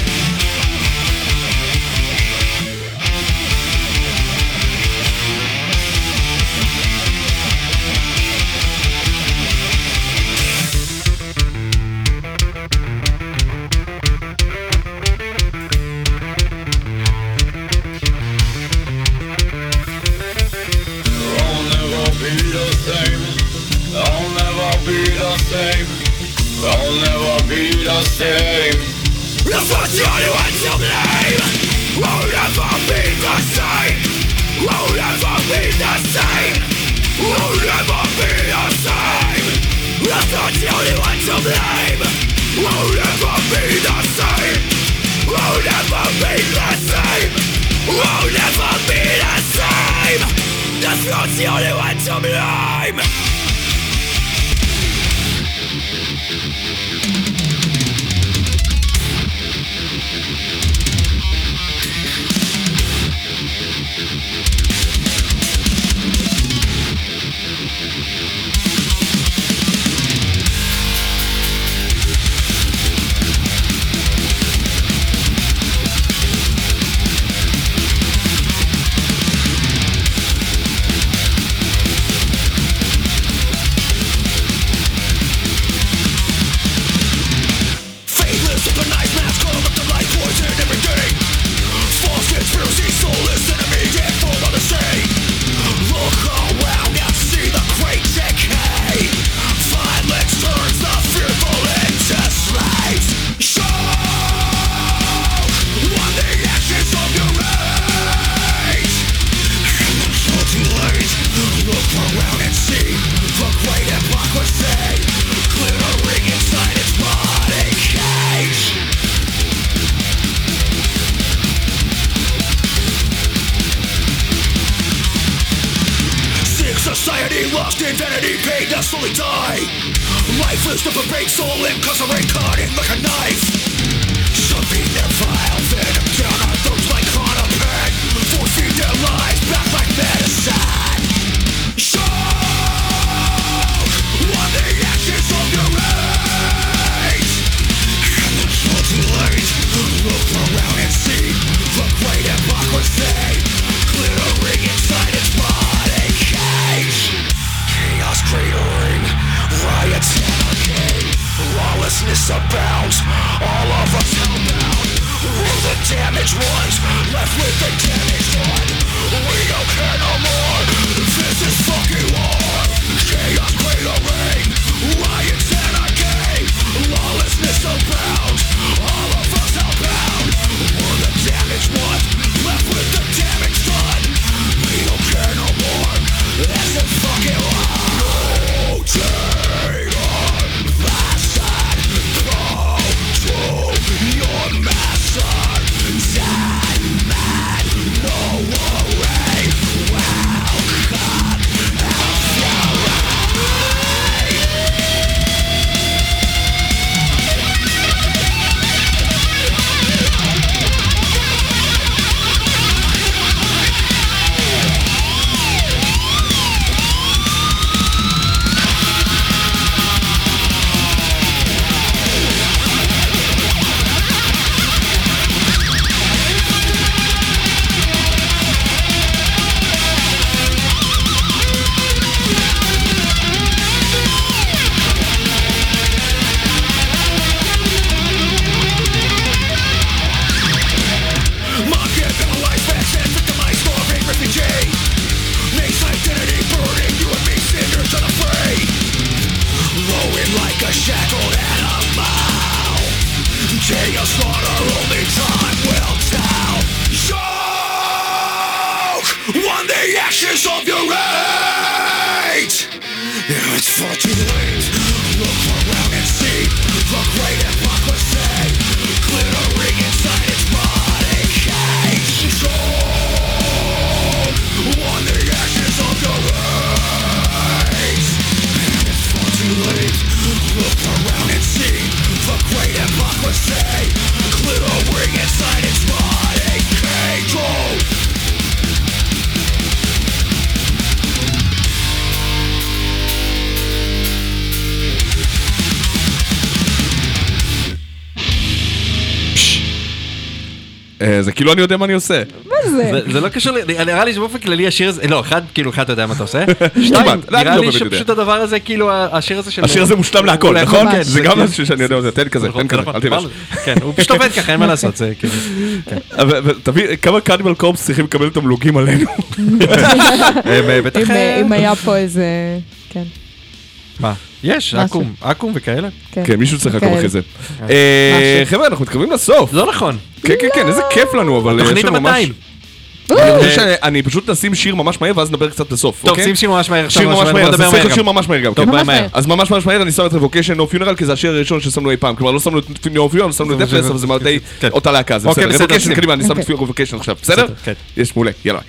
E: I'll never be the same. The first the only one to blame. I'll never be the same. I'll never be the same. I'll never be the same. The first the only one to blame. I'll never be the same. I'll never be the same. I'll never be the same. The first the only one to blame. Lost infinity, pain that slowly die. Lifeless to break soul, incarcerate, caught in like a knife. Shoving their vile venom down our throats like on a pen. Forcing their lives back like medicine. Show on the ashes of your rage. And it's all too late. Look around and see the great hypocrisy glittering inside its body cage. Chaos King of slaughter, only time will tell. Choke on the ashes of your hate. It's far too late. Look around and see the great hypocrisy glittering inside its body cage. Choke on the ashes of your hate. It's far too late. Look around and see the great hypocrisy glittering inside its body cage. Oh.
B: זה כאילו אני יודע מה אני עושה.
D: מה זה?
C: זה לא קשור, נראה לי שבאופן כללי השיר הזה, לא, אחד, כאילו, אחד אתה יודע מה אתה עושה. שתיים, נראה לי שפשוט הדבר הזה, כאילו, השיר הזה של...
B: השיר הזה מושלם להכל, נכון? זה גם משהו שאני יודע, תן כזה, תן כזה, אל תיבש.
C: כן, הוא פשוט עובד ככה, אין מה לעשות, זה כאילו...
B: תביא, כמה קניבל קורפס צריכים לקבל את המלוגים עלינו?
D: אם היה פה איזה... כן.
C: מה? יש, אקום, אקום וכאלה.
B: כן, מישהו צריך לעקוב אחרי זה. חבר'ה, אנחנו מתקרבים לסוף.
C: לא נכון.
B: כן, כן, כן, איזה כיף לנו, אבל...
C: תוכנית המאתיים.
B: אני פשוט נשים שיר ממש מהר, ואז נדבר קצת בסוף.
C: טוב, שים שיר ממש מהר.
B: שיר ממש מהר, אז נעשה שיר ממש מהר גם.
C: טוב, מהר.
B: אז ממש ממש מהר אני שם את Revocation of Funeral, כי זה השיר הראשון ששמנו אי פעם. כלומר, לא שמנו את Funeral of Funeral, שמנו את דפלס, אבל זה די אותה להקה, זה בסדר. Revocation, קדימה, אני שם את Revocation עכשיו, בסדר? יש, מעולה, יאללה.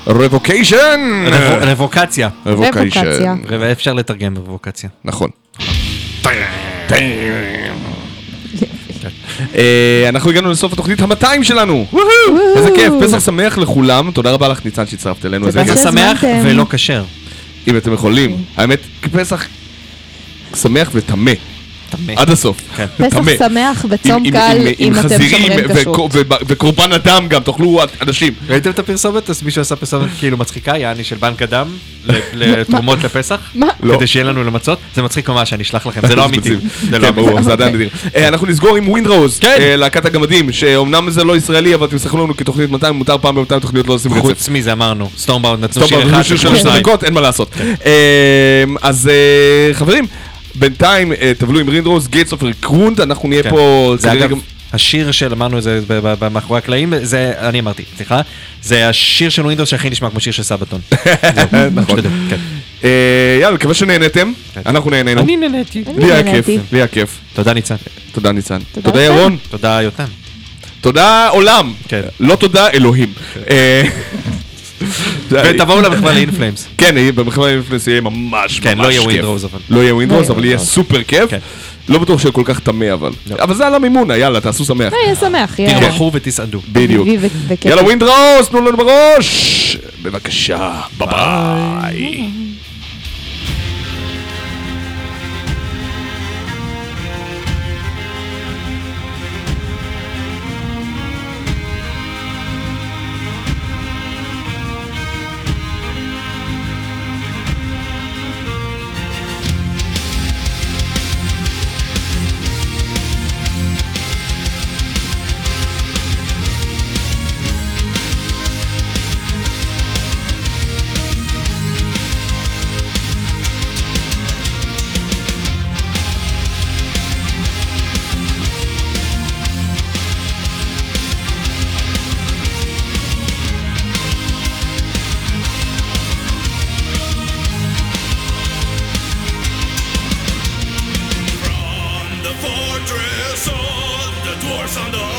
B: רבוקיישן!
C: רבוקציה.
D: רבוקציה.
C: אפשר לתרגם רבוקציה.
B: נכון. אנחנו הגענו לסוף התוכנית ה-מאתיים שלנו. איזה כיף, פסח שמח לכולם. תודה רבה לך ניצן שהצטרפת אלינו.
C: פסח שמח ולא כשר.
B: אם אתם יכולים. האמת, פסח שמח וטמא. עד הסוף.
D: פסח שמח וצום קל אם אתם שומרים כשרות.
B: וקורבן אדם גם, תאכלו אנשים.
C: ראיתם את הפרסומת? אז מישהו עשה פרסומת כאילו מצחיקה, יעני של בנק אדם לתרומות לפסח?
D: מה?
C: כדי שיהיה לנו למצות? זה מצחיק ממש, אני אשלח לכם, זה לא אמיתי.
B: כן, ברור, זה עדיין נדיר. אנחנו נסגור עם ווינדרוז, להקת הגמדים, שאומנם זה לא ישראלי, אבל תמסכו לנו כתוכנית מאתיים, מותר פעם במאתיים תוכניות לא עושים רצף.
C: חוץ מזה אמרנו, סטורמבאונד נתנו שיר אחד
B: של שלוש דקות, אין מה לעשות. אז חברים, בינתיים תבלו עם ווינדרוז, Gates of Recruit, אנחנו נהיה פה...
C: זה אגב, השיר של אמרנו את זה במאחורי הקלעים, זה, אני אמרתי, סליחה, זה השיר של ווינדרוז שהכי נשמע כמו שיר של סבתון.
B: נכון. יאללה, מקווה שנהנתם, אנחנו נהנינו.
C: אני נהניתי.
B: לי היה כיף, לי היה כיף.
C: תודה ניצן.
B: תודה ניצן. תודה ירון.
C: תודה יותם.
B: תודה עולם. לא תודה אלוהים.
C: ותבואו למחווה לאינפלאמס.
B: כן, במחווה לאינפלאמס יהיה ממש ממש כיף.
C: כן, לא יהיה ווינדרוז אבל.
B: לא יהיה ווינדרוז, אבל יהיה סופר כיף. לא בטוח שיהיה כל כך תמה אבל. אבל זה על המימונה, יאללה, תעשו שמח.
D: יהיה שמח.
C: תרחו ותסעדו.
B: בדיוק. יאללה ווינדרוז, תנו לנו בראש. בבקשה, ביי ביי.
E: On the